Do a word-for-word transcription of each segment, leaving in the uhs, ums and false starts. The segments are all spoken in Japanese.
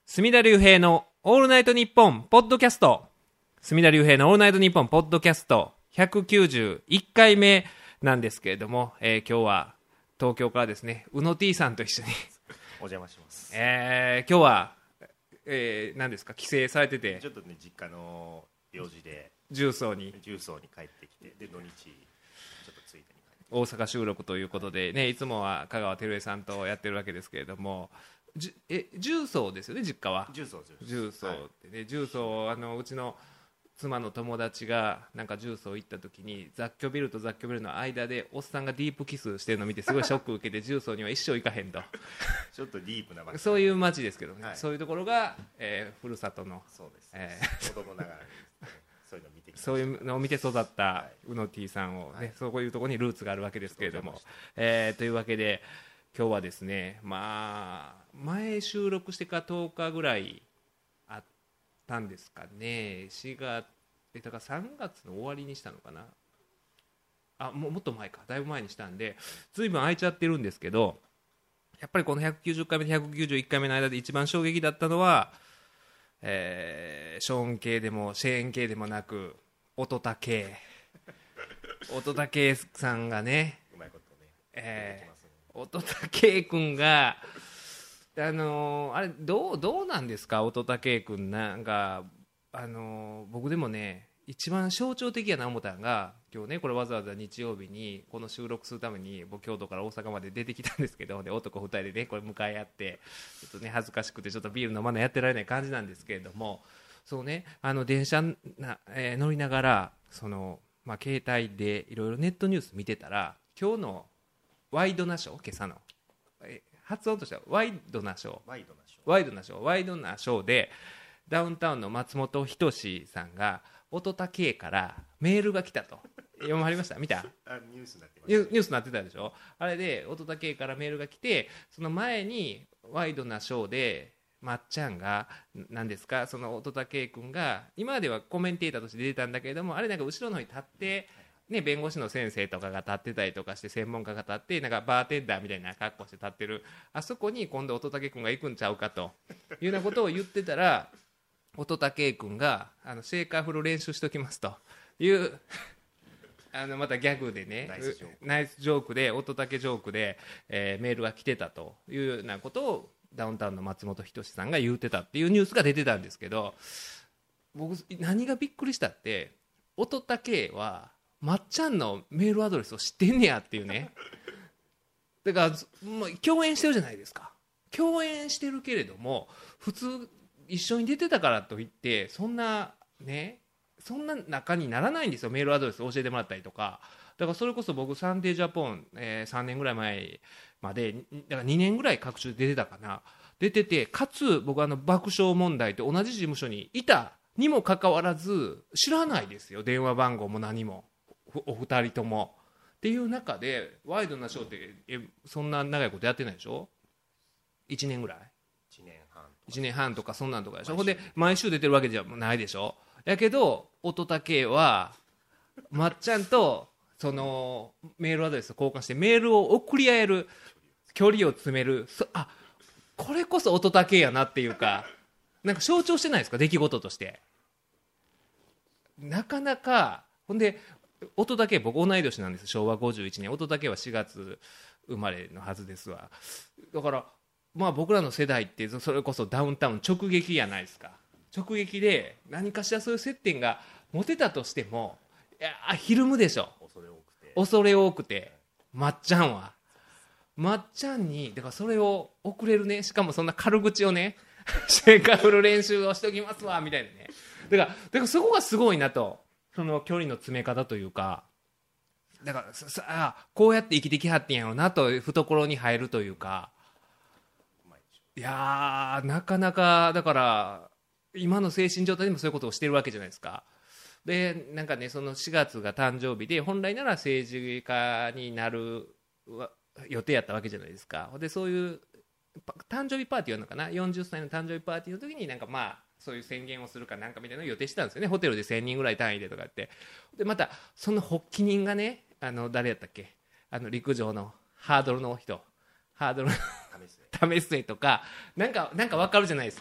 隅田隆平のオールナイトニッポンポッドキャスト。隅田隆平のオールナイトニッポンポッドキャストひゃくきゅうじゅういっかいめなんですけれども、えー、今日は東京からですね、宇野 T さんと一緒にお邪魔します。 えー、今日は、えー、何ですか、帰省されてて、 ちょっとね、実家の用事で重曹に重曹に帰ってきて、で土日ちょっとついでに帰って大阪収録ということでね、いつもは香川照江さんとやってるわけですけれども、じえ重曹ですよね、実家は。 重曹です重曹ってね、重曹、あのうちの妻の友達がなんか重曹行った時に雑居ビルと雑居ビルの間でおっさんがディープキスしてるのを見てすごいショック受けて重曹には一生行かへんとちょっとディープな街、 そういう街ですけどね、 はい、 そういうところが、えー、ふるさとのそうです、 えー、子供ながらに、ね、そういうのを見てきました。 そういうのを見て育った宇野 T さんを、ね、はい、そういうところにルーツがあるわけですけれども、えー、というわけで今日はですね、まあ前収録してからとおかぐらいあったんですかね。しがつだからさんがつの終わりにしたのかなあ、もうもっと前か、だいぶ前にしたんでずいぶん空いちゃってるんですけど、やっぱりこのひゃくきゅうじゅっかいめとひゃくきゅうじゅういっかいめの間で一番衝撃だったのは、えー、ショーン系でもシェーン系でもなく音田系音田系さんがね、 うまいことね、 えー、音田系君があのー、あれどう、どうなんですか、音田圭君。なんか、あのー、僕でもね一番象徴的やな思ったのが、今日ねこれわざわざ日曜日にこの収録するために僕京都から大阪まで出てきたんですけど、で男ふたりでねこれ向かい合ってちょっとね恥ずかしくてちょっとビール飲まないやってられない感じなんですけれども、そうね、あの電車な、えー、乗りながらその、まあ、携帯でいろいろネットニュース見てたら、今日のワイドナショー、今朝のえ発音としてはワイドなショー、 ワイドなショー、 ワイドなショー、ワイドなショーでダウンタウンの松本人志さんが音田圭からメールが来たと。読まれました？見た？ あ、ニュースになってました、ね、 ニュースになってたでしょ。あれで音田圭からメールが来て、その前にワイドなショーでまっちゃんが何ですか、その音田圭君が今まではコメンテーターとして出てたんだけれども、あれなんか後ろの方に立ってね、弁護士の先生とかが立ってたりとかして、専門家が立ってなんかバーテンダーみたいな格好して立ってる、あそこに今度音武君が行くんちゃうかというようなことを言ってたら、音武君があのシェーカーフル練習しときますというあのまたギャグでね、 ナイスジョーク、 ナイスジョークで音武ジョークで、えー、メールが来てたというようなことをダウンタウンの松本人志さんが言ってたっていうニュースが出てたんですけど、僕何がびっくりしたって、音武はまっちゃんのメールアドレスを知ってんねやっていうね。だから、まあ、共演してるじゃないですか。共演してるけれども普通一緒に出てたからといってそんなね、そんな仲にならないんですよ。メールアドレス教えてもらったりとか。だからそれこそ僕サンデージャポン、えー、さんねんぐらい前までだからにねんぐらい各種出てたかな、出てて、かつ僕あの爆笑問題と同じ事務所にいたにもかかわらず知らないですよ、電話番号も何も、お二人ともっていう中で、ワイドなショーってえそんな長いことやってないでしょ。いちねんぐらい、 いちねんはんいちねんはんとかそんなんとかでしょ。ほんで毎週出てるわけじゃないでしょ。やけど音武はまっちゃんとそのメールアドレスを交換してメールを送り合える、距離を詰める、あ、これこそ音武やなっていうか、なんか象徴してないですか、出来事として。なかなか。ほんで音武、僕同い年なんです、しょうわごじゅういちねん。音武はしがつ生まれのはずですわ。だからまあ僕らの世代ってそれこそダウンタウン直撃やないですか。直撃で何かしらそういう接点が持てたとしても、いやひるむでしょ。 恐れ多くて恐れ多くて、まっちゃんはまっちゃんにだからそれを送れるね。しかもそんな軽口をねシェイカーフル練習をしときますわみたいなね。だからだからそこがすごいなと、その距離の詰め方というか、だからさあこうやって生きてきはってんやろうなと、懐に入るというか、いやーなかなかだから今の精神状態でもそういうことをしてるわけじゃないですか。でなんかね、そのしがつが誕生日で本来なら政治家になる予定やったわけじゃないですか。でそういう誕生日パーティーやるのかな、よんじゅっさいの誕生日パーティーの時になんかまあそういう宣言をするかなんかみたいなのを予定してたんですよね。ホテルでせんにんぐらい単位でとかって。でまたその発起人がね、あの誰やったっけ、あの陸上のハードルの人、ハードルの為末とかなんかなんか分かるじゃないですか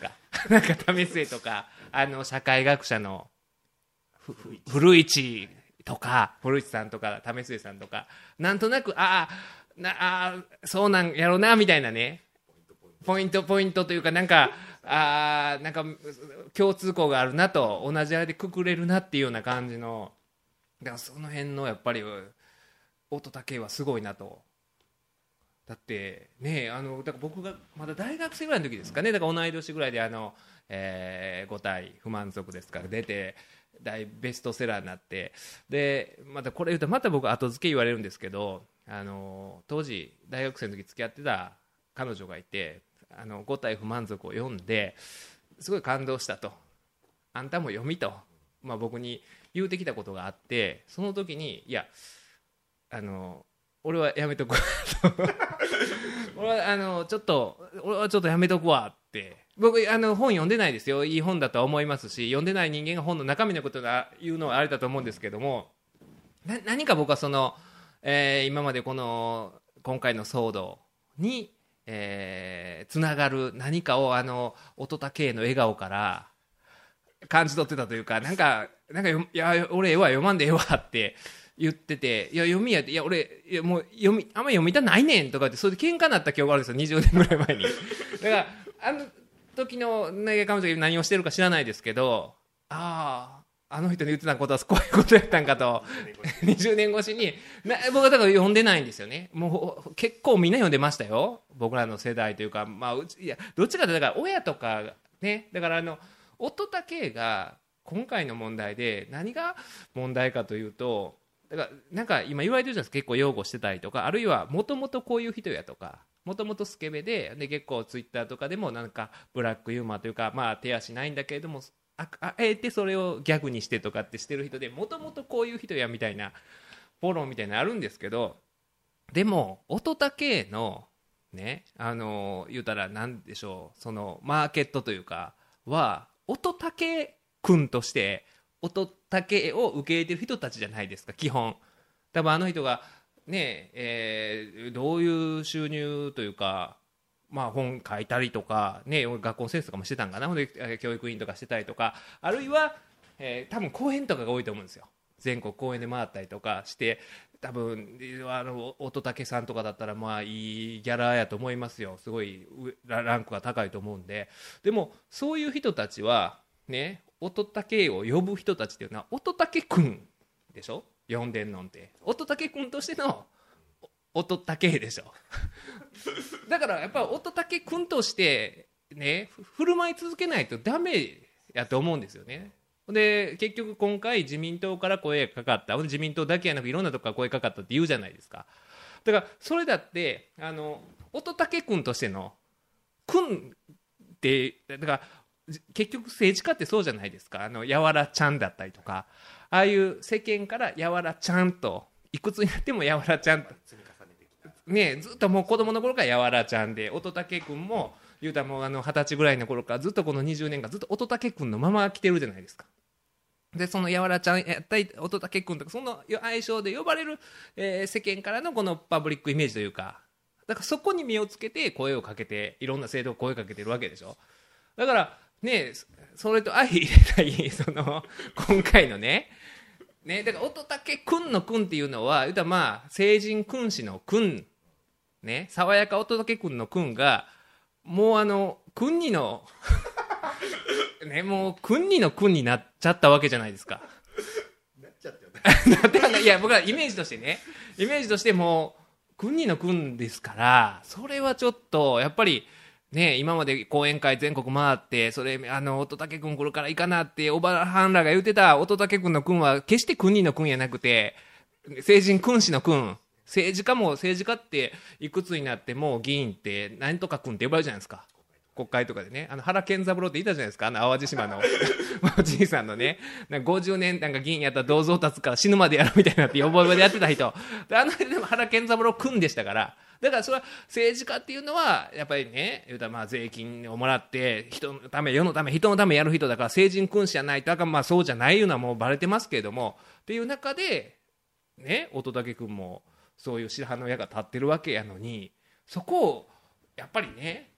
なんか為末とかあの社会学者の古市とか古市さんとか為末さんとかなんとなくああなあそうなんやろうなみたいなねポイントポイントというかなんかあなんか共通項があるなと同じあれでくくれるなっていうような感じのだからその辺のやっぱり乙武はすごいなと。だってねあのだから僕がまだ大学生ぐらいの時ですかねだから同い年ぐらいであの、えー、ご体不満足ですから出て大ベストセラーになってでまたこれ言うとまた僕後付け言われるんですけどあの当時大学生の時付き合ってた彼女がいてあのご体不満足を読んですごい感動したとあんたも読みと、まあ、僕に言うてきたことがあってその時にいやあの俺はやめとくわ俺はあのちょっと俺はちょっとやめとくわって僕あの本読んでないですよいい本だとは思いますし読んでない人間が本の中身のことが言うのはあれだと思うんですけどもな何か僕はその、えー、今までこの今回の騒動に、えー、つながる何かをあの乙武の笑顔から感じ取ってたというかなんかなんかいや俺ええわ読まんでええわって言ってていや読みやっていや俺いやもう読みあんまり読みたないねんとかってそれで喧嘩になった記憶があるんですよにじゅうねんぐらい前にだからあの時の、ね、彼女が何をしてるか知らないですけどあああの人に言ってたことはこういうことやったんかとにじゅうねん越しにな僕はだから読んでないんですよねもう結構みんな読んでましたよ僕らの世代というか、まあ、うちいやどっちかというとだから親とかねだからあの乙武が今回の問題で何が問題かというとだからなんか今言われてるじゃないですか結構擁護してたりとかあるいはもともとこういう人やとかもともとスケベ で, で結構ツイッターとかでもなんかブラックユーモアというかまあ手足ないんだけれども あ, あえてそれをギャグにしてとかってしてる人でもともとこういう人やみたいなフォローみたいなのあるんですけどでも乙武のねあの言うたらなんでしょうそのマーケットというかは乙武君として乙武を受け入れてる人たちじゃないですか基本多分あの人がねえー、どういう収入というか、まあ、本書いたりとか、ね、学校の先生とかもしてたんかなほんで教育委員とかしてたりとかあるいは、えー、多分講演とかが多いと思うんですよ全国講演で回ったりとかして多分あの乙武さんとかだったらまあいいギャラやと思いますよすごいランクが高いと思うんででもそういう人たちはね乙武を呼ぶ人たちっていうのは乙武君でしょ呼んでんのんて乙武君としての乙武でしょだからやっぱり乙武君としてね振る舞い続けないとダメやと思うんですよねで結局今回自民党から声がかかった自民党だけじゃなくいろんなとこから声がかかったって言うじゃないですかだからそれだってあの乙武君としての君ってだから結局政治家ってそうじゃないですかあのやわらちゃんだったりとかああいう世間からやわらちゃんといくつになってもやわらちゃんと、ね、ずっともう子供の頃からやわらちゃんで乙武君も言うたらもうあの二十歳ぐらいの頃からずっとこのにじゅうねんかんずっと乙武君のまま来てるじゃないですかでそのやわらちゃんやったり乙武君とかその愛称で呼ばれる、えー、世間からのこのパブリックイメージというかだからそこに目をつけて声をかけていろんな制度を声をかけてるわけでしょだからねそれと相入れたいその今回のねねだから乙武君の君っていうのは言うたらまあ成人君子の君ね爽やか乙武君の君がもうあの君にのねもう君にの君になっちゃったわけじゃないですかなっちゃったよねだっていや僕はイメージとしてねイメージとしてもう君にの君ですからそれはちょっとやっぱりね、今まで講演会全国回ってそれあの乙武君来るからいいかなっておばはんらが言ってた乙武君の君は決して君の君やなくて成人君子の君政治家も政治家っていくつになっても議員って何とか君って呼ばれるじゃないですか国会とかでねあの原健三郎っていたじゃないですかあの淡路島のおじいさんのねなんかごじゅうねんなんか議員やったら銅像立つから死ぬまでやるみたいなって覚え覚えでやってた人であの人でも原健三郎君でしたからだからそれは政治家っていうのはやっぱりね言うたらまあ税金をもらって人のため世のため人のためやる人だから成人君子じゃないとあかんまあそうじゃないいうのはもうバレてますけれどもっていう中でね乙武君もそういう白羽の矢が立ってるわけやのにそこをやっぱりね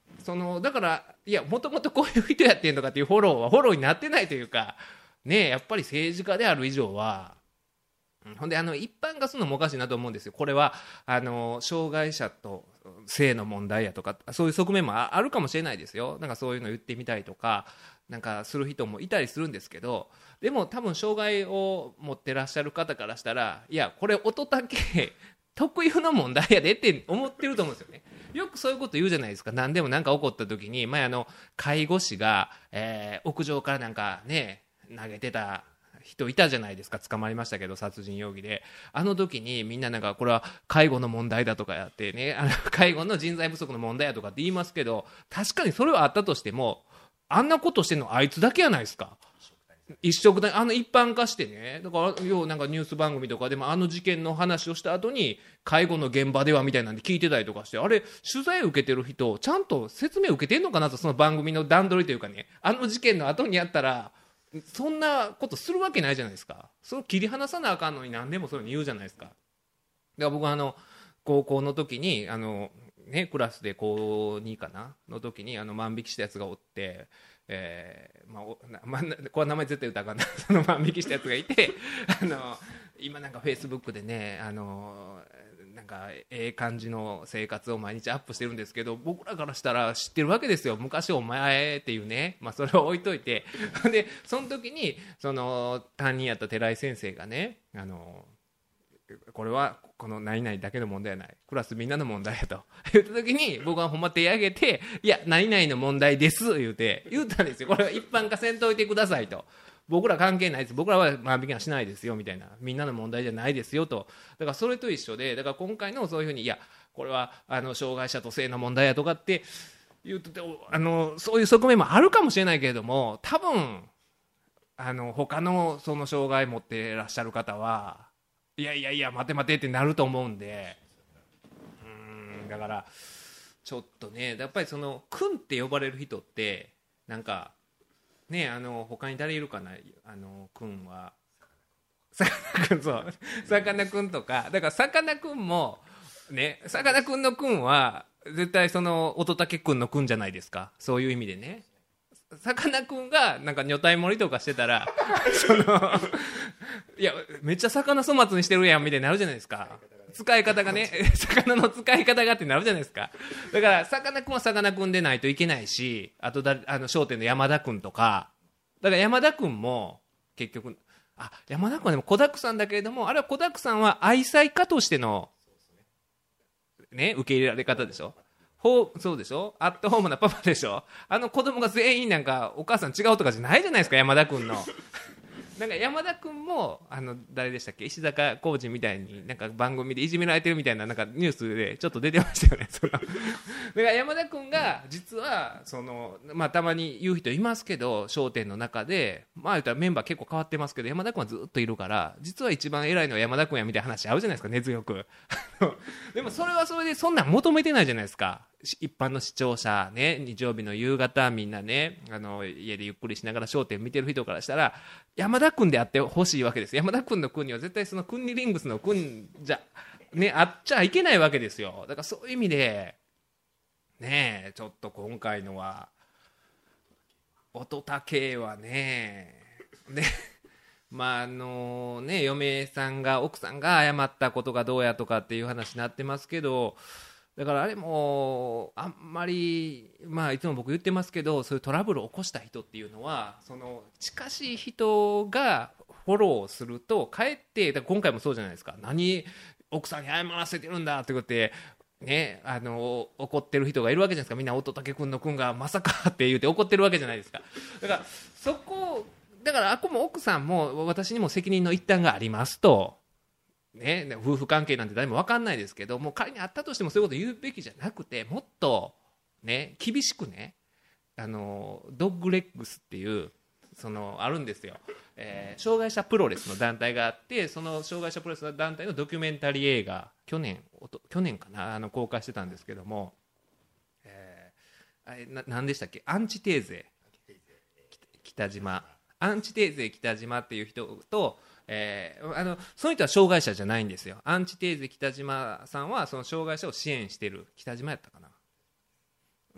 そのだからいやもともとこういう人やってんのかっていうフォローはフォローになってないというかね、やっぱり政治家である以上は、ほんであの一般化するのもおかしいなと思うんですよ。これはあの障害者と性の問題やとかそういう側面もあるかもしれないですよ。なんかそういうの言ってみたいとかなんかする人もいたりするんですけど、でも多分障害を持ってらっしゃる方からしたらいやこれ乙武特有の問題やでって思ってると思うんですよね。よくそういうこと言うじゃないですか。何でもなんか起こった時に前あの介護士が、えー屋上からなんかね投げてた人いたじゃないですか。捕まりましたけど殺人容疑で。あの時にみんななんかこれは介護の問題だとかやってね、あの介護の人材不足の問題やとかって言いますけど、確かにそれはあったとしてもあんなことしてんのあいつだけやないですか。一色だあの一般化してね、だから要なんかニュース番組とかでもあの事件の話をした後に介護の現場ではみたいなんで聞いてたりとかして、あれ取材受けてる人ちゃんと説明受けてんのかなと、その番組の段取りというかね、あの事件の後にやったらそんなことするわけないじゃないですか。それを切り離さなあかんのに何でもそういうの言うじゃないですか。だから僕はあの高校の時にあのねクラスで高にかなの時にあの万引きしたやつがおって、えーまあおなまあ、これ名前絶対歌うかんなその万引きしたやつがいてあの今なんかフェイスブックでねあのなんかええ感じの生活を毎日アップしてるんですけど、僕らからしたら知ってるわけですよ。昔お前っていうね、まあ、それを置いといてでその時にその担任やった寺井先生がねあのこれはこの何々だけの問題はないクラスみんなの問題やと言った時に僕はほんま手挙げていや何々の問題です言うて言ったんですよ。これは一般化せんといてくださいと、僕ら関係ないです、僕らは万引きはしないですよみたいな、みんなの問題じゃないですよと。だからそれと一緒で、だから今回のそういうふうにいやこれはあの障害者と性の問題やとかって言うとてあのそういう側面もあるかもしれないけれども、多分あの他のその障害持ってらっしゃる方はいやいやいや待て待てってなると思うんで、うーんだからちょっとねやっぱりその君って呼ばれる人ってなんかねあの他に誰いるかな、あの君はさかなクン、そうさかなクンとか、だからさかなクンもねさかなクンの君は絶対その乙武君の君じゃないですか。そういう意味でねさかなクンがなんか女体盛りとかしてたらそのいやめっちゃ魚粗末にしてるやんみたいになるじゃないですか。使い方がね魚の使い方がってなるじゃないですか。だからさかなクンはさかなクンでないといけないし、あとだあの笑点の山田君とか、だから山田君も結局あ山田君はでも子だくさんだけれども、あれは子だくさんは愛妻家としてのね受け入れられ方でしょ。ほうそうでしょ、アットホームなパパでしょ。あの子供が全員なんかお母さん違うとかじゃないじゃないですか山田君のなんか山田君もあの誰でしたっけ、石坂浩二みたいになんか番組でいじめられてるみたいななんかニュースでちょっと出てましたよねそのだから山田君が実はその、まあ、たまに言う人いますけど笑点の中でまあ言ったらメンバー結構変わってますけど山田君はずっといるから実は一番偉いのは山田君やみたいな話あるじゃないですか根強くでもそれはそれでそんなん求めてないじゃないですか。一般の視聴者ね、日曜日の夕方みんなねあの家でゆっくりしながら笑点見てる人からしたら山田君であってほしいわけです。山田君の君には絶対その君にリングスの君じゃねあっちゃいけないわけですよ。だからそういう意味でねえちょっと今回のは乙武はねでまああのね嫁さんが奥さんが謝ったことがどうやとかっていう話になってますけど、だからあれもあんまりまあいつも僕言ってますけどそういうトラブルを起こした人っていうのはその近しい人がフォローするとかえってだから今回もそうじゃないですか。何奥さんに謝らせてるんだって言ってねあの怒ってる人がいるわけじゃないですか。みんな乙武君の君がまさかって言って怒ってるわけじゃないですか。だからそこだからあこも奥さんも私にも責任の一端がありますとね、夫婦関係なんて誰も分かんないですけども仮にあったとしてもそういうこと言うべきじゃなくてもっと、ね、厳しくねあのドッグレッグスっていうそのあるんですよ、えー、障害者プロレスの団体があってその障害者プロレスの団体のドキュメンタリー映画去年おと去年かなあの公開してたんですけども、えー、あれな何でしたっけアンチテーゼ北島アンチテーゼ北島っていう人とえー、あのその人は障害者じゃないんですよ。アンチテーゼ北島さんはその障害者を支援している北島やったかな、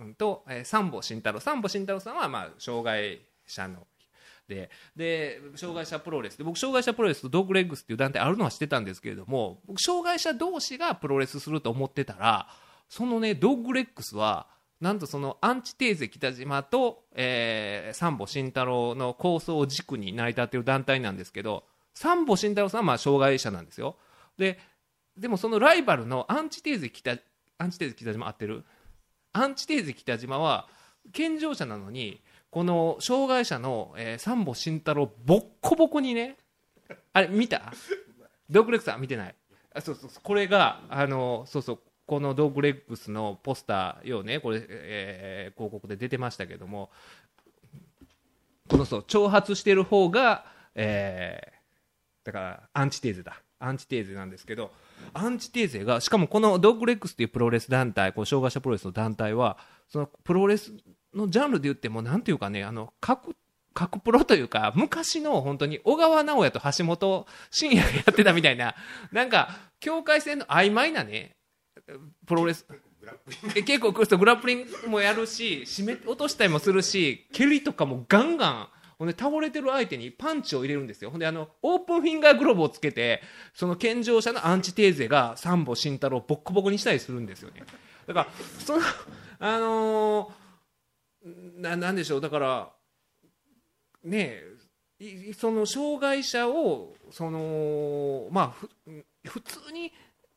んと、えー、三保慎太郎三保慎太郎さんは、まあ、障害者のでで障害者プロレスで僕障害者プロレスとドッグレッグスっていう団体あるのは知ってたんですけれども僕障害者同士がプロレスすると思ってたらそのねドッグレッグスはなんとそのアンチテーゼ北島と、えー、三保慎太郎の構想を軸に成り立っている団体なんですけど三保慎太郎さんはまあ障害者なんですよ。ででもそのライバルのアンチテーゼ北アンチテーゼ北島合ってるアンチテーゼ北島は健常者なのにこの障害者の、えー、三保慎太郎ボッコボコにねあれ見たドッグレッグスさん見てないあそうそうこれがあのそうそうこのドッグレッグスのポスターよねこれ、えー、広告で出てましたけどもこのそう挑発してる方が、えー、だからアンチテーゼだアンチテーゼなんですけどアンチテーゼがしかもこのドッグレッグスっていうプロレス団体こう障害者プロレスの団体はそのプロレスのジャンルで言ってもなんていうかねあの格格プロというか昔の本当に小川直也と橋本真也がやってたみたいななんか境界線の曖昧なねプロレス結構グラップリングもやるし締め落としたりもするし蹴りとかもガンガンほんで倒れてる相手にパンチを入れるんですよ。ほんであのオープンフィンガーグローブをつけてその健常者のアンチテーゼが三保慎太郎をボッコボコにしたりするんですよね。だからそのあのー、な, なんでしょうだからねえその障害者をそのまあ普通に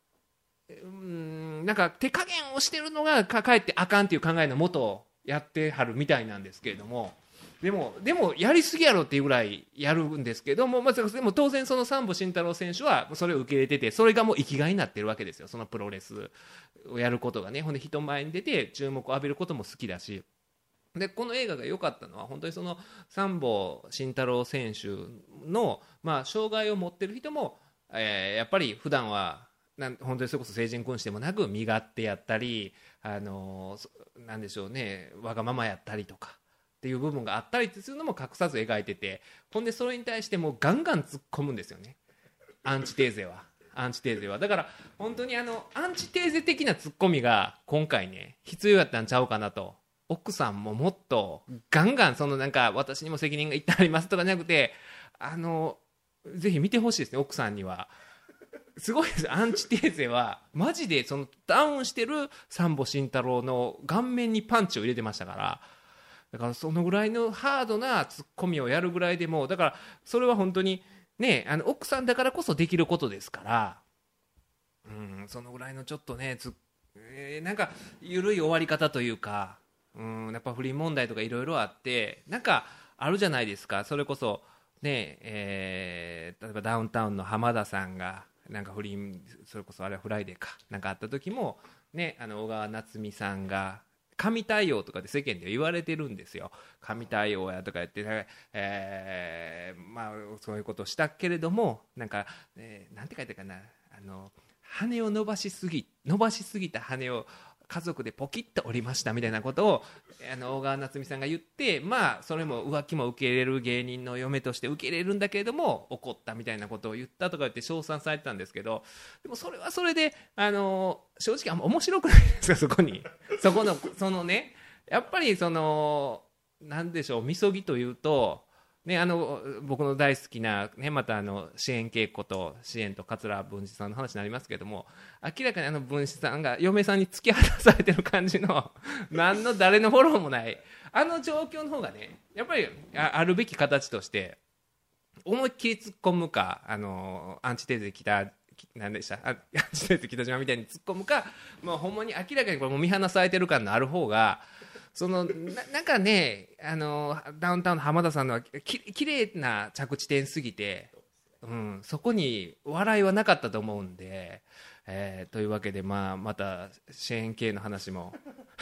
うんなんか手加減をしてるのがかかえってあかんっていう考えのもとやってはるみたいなんですけれどもでもでもやりすぎやろっていうぐらいやるんですけども、まあ、でも当然その三保慎太郎選手はそれを受け入れててそれがもう生きがいになってるわけですよそのプロレスをやることがねほんで人前に出て注目を浴びることも好きだしでこの映画が良かったのは本当にその三保慎太郎選手の、まあ、障害を持ってる人も、えー、やっぱり普段はなん本当にそれこそ成人君子でもなく身勝手やったり、あのー、なんでしょうねわがままやったりとかっていう部分があったりするのも隠さず描いててほんでそれに対してもうガンガン突っ込むんですよねアンチテーゼはアンチテーゼはだから本当にあのアンチテーゼ的な突っ込みが今回ね必要やったんちゃうかなと奥さんももっとガンガンそのなんか私にも責任がいってありますとかじゃなくてあのぜひ見てほしいですね奥さんにはすごいですアンチテーゼはマジでそのダウンしてる三保慎太郎の顔面にパンチを入れてましたからだからそのぐらいのハードなツッコミをやるぐらいでもだからそれは本当にねあの奥さんだからこそできることですからうんそのぐらいのちょっとねつ、えー、なんか緩い終わり方というかうんやっぱ不倫問題とかいろいろあってなんかあるじゃないですかそれこそねえー、例えばダウンタウンの浜田さんがなんか不倫それこそあれはフライデーかなんかあった時もねあの小川夏美さんが神対応とかで世間で言われてるんですよ神対応やとか言って、えー、まあそういうことをしたけれどもなんか、えー、なんて書いてるかなあの羽を伸ばしすぎ伸ばしすぎた羽を家族でポキッと折りましたみたいなことをあの小川夏美さんが言ってまあそれも浮気も受け入れる芸人の嫁として受け入れるんだけれども怒ったみたいなことを言ったとか言って称賛されてたんですけどでもそれはそれであの正直あんま面白くないですかそこにそこのそのねやっぱりそのなんでしょうみそぎというとね、あの僕の大好きな、ね、またあの支援稽古と支援と桂文枝さんの話になりますけども明らかにあの文枝さんが嫁さんに突き放されてる感じの何の誰のフォローもないあの状況の方がねやっぱり あ, あるべき形として思いっきり突っ込むかあのアンチテーゼ北何でしたアンチテーゼ北島みたいに突っ込むか、まあ、ほんまに明らかにこれも見放されてる感のある方がその な, なんかねあのダウンタウンの浜田さんのはききれいな着地点すぎて、うん、そこに笑いはなかったと思うんで、えー、というわけで、まあ、また支援系の話も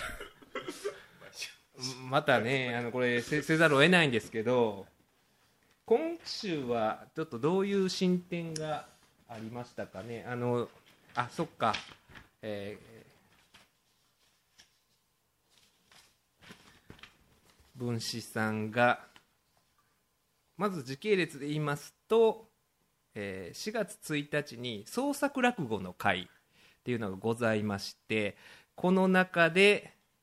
またねあのこれ せ, せざるを得ないんですけど今週はちょっとどういう進展がありましたかねあのあそっか、えー文枝さんがまず時系列で言いますと、えー、しがつついたちに創作落語の会っていうのがございましてこの中で、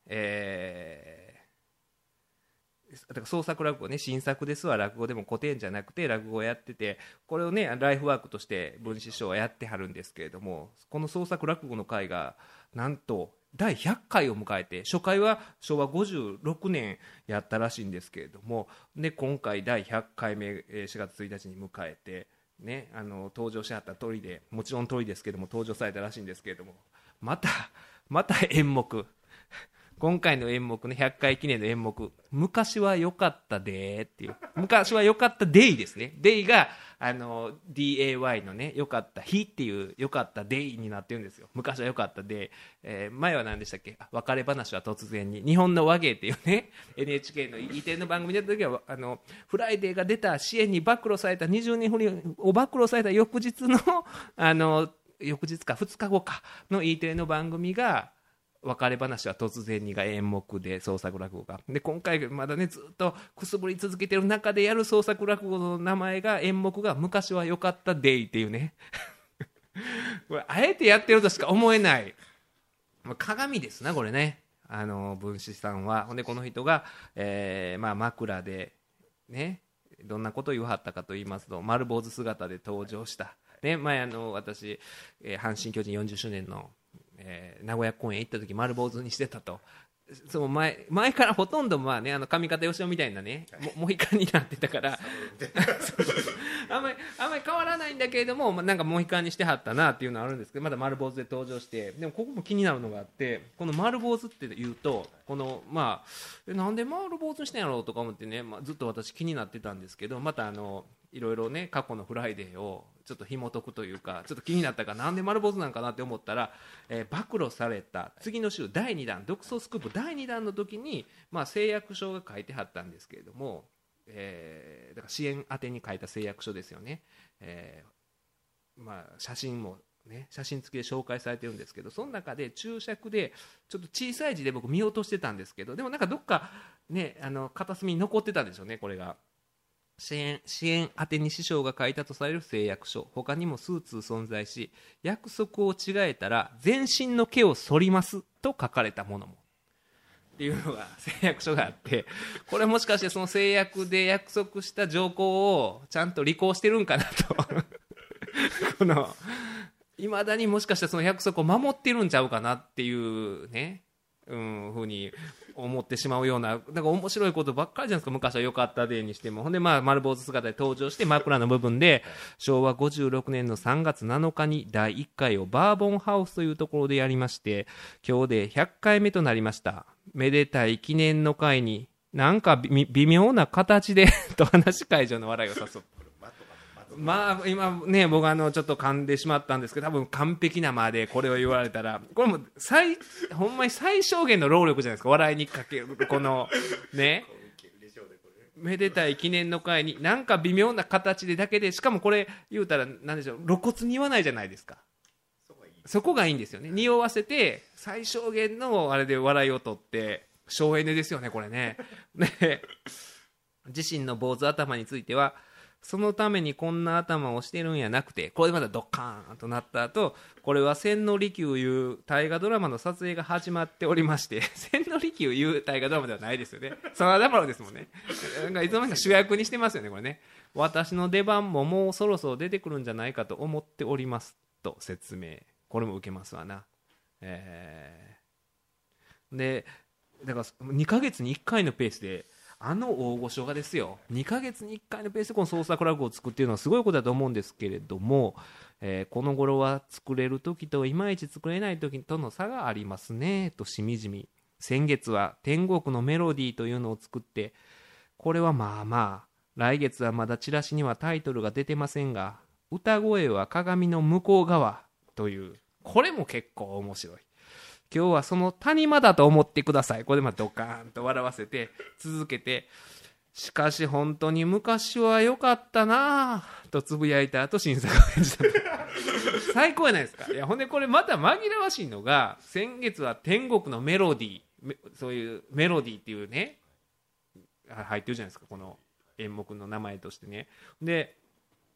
えーだから創作落語ね、新作ですわ、落語でも古典じゃなくて落語をやってて、これをねライフワークとして文枝師匠はやってはるんですけれども、この創作落語の会がなんとだいひゃっかいを迎えて、初回はしょうわごじゅうろくねんやったらしいんですけれども、で今回だいひゃっかいめしがつついたちに迎えて、ね、あの登場しはった鳥で、もちろん鳥ですけども登場されたらしいんですけれども、またまた演目、今回の演目ね、ひゃっかい記念の演目、昔は良かったでーっていう、昔は良かったデイですね。デイがあの ディーエーワイ のね、良かった日っていう良かったデイになってるんですよ。昔は良かったデイ、えー、前は何でしたっけ、あ、別れ話は突然に、日本の和芸っていうね エヌエイチケー の E テレの番組出た時は、あのフライデーが出た支援に暴露されたにじゅうねん不倫を暴露された翌日のあの翌日かふつかごかの E テレの番組が別れ話は突然にが演目で、創作落語がで、今回まだねずっとくすぶり続けてる中でやる創作落語の名前が、演目が昔は良かったデイっていうねこれあえてやってるとしか思えない鏡ですなこれね、あの文枝さんは。ほんでこの人が、えーまあ、枕でねどんなことを言わはったかと言いますと、丸坊主姿で登場した、ね、前あの私、えー、阪神・巨人よんじゅっしゅうねんのえー、名古屋公演行った時丸坊主にしてたと。その 前, 前からほとんどまあ、ね、あの上方義雄みたいなね、モヒカンになってたからそうそうそう、あんまりあんまり変わらないんだけれども、まあ、なんかモヒカンにしてはったなっていうのはあるんですけど、まだ丸坊主で登場して、でもここも気になるのがあって、この丸坊主っていうと、このまあなんで丸坊主にしてんやろうとか思ってね、まあ、ずっと私気になってたんですけど、またあのいろいろね過去のフライデーをちょっと紐解くというか、ちょっと気になったから、なんで丸坊主なんかなって思ったら、えー、暴露された次の週だいにだん独創スクープだいにだんの時に、まあ、誓約書が書いてはったんですけれども、えー、だから支援宛てに書いた誓約書ですよね、えーまあ、写真もね、写真付きで紹介されてるんですけど、その中で注釈でちょっと小さい字で僕見落としてたんですけど、でもなんかどっかね、あの片隅に残ってたんでしょうね。これが支援、支援宛てに師匠が書いたとされる誓約書、他にも数通存在し、約束を違えたら全身の毛を剃りますと書かれたものもっていうのが誓約書があって、これもしかしてその誓約で約束した条項をちゃんと履行してるんかなとこのいまだにもしかしたらその約束を守ってるんちゃうかなっていうね、うん、ふうに思ってしまうような、なんか面白いことばっかりじゃないですか。昔は良かったでにしても、ほんでまあ丸坊主姿で登場して、枕の部分でしょうわごじゅうろくねんのさんがつなのかにだいいっかいをバーボンハウスというところでやりまして、今日でひゃっかいめとなりました。めでたい記念の会になんか微妙な形でと話会場の笑いを誘う。まあ今ね、僕あのちょっと噛んでしまったんですけど、多分完璧なまでこれを言われたら、これも最ほんまに最小限の労力じゃないですか。笑いにかけるこのね、めでたい記念の会になんか微妙な形でだけで、しかもこれ言うたら何でしょう、露骨に言わないじゃないですか。そこがいいんですよね。匂わせて最小限のあれで笑いを取って、省エネですよねこれね。ね、自身の坊主頭については、そのためにこんな頭をしてるんやなくて、これでまたドッカーンとなった後、これは千利休いう大河ドラマの撮影が始まっておりまして、千利休いう大河ドラマではないですよね。真田丸ですもんね。なんかいつの間にか主役にしてますよねこれね。私の出番ももうそろそろ出てくるんじゃないかと思っておりますと説明。これも受けますわな。えー、でだからにかげつにいっかいのペースで、あの大御所がですよ、にかげつにいっかいのペースでこの創作落語を作っているのはすごいことだと思うんですけれども、えー、この頃は作れる時といまいち作れない時との差がありますねとしみじみ。先月は天国のメロディーというのを作って、これはまあまあ、来月はまだチラシにはタイトルが出てませんが、歌声は鏡の向こう側という、これも結構面白い。今日はその谷間だと思ってください。これでまあドカーンと笑わせて続けて、しかし本当に昔は良かったなぁとつぶやいた後、新作を演じた最高じゃないですか。いやほんでこれまた紛らわしいのが、先月は天国のメロディー、そういうメロディーっていうね入ってるじゃないですか、この演目の名前としてね。で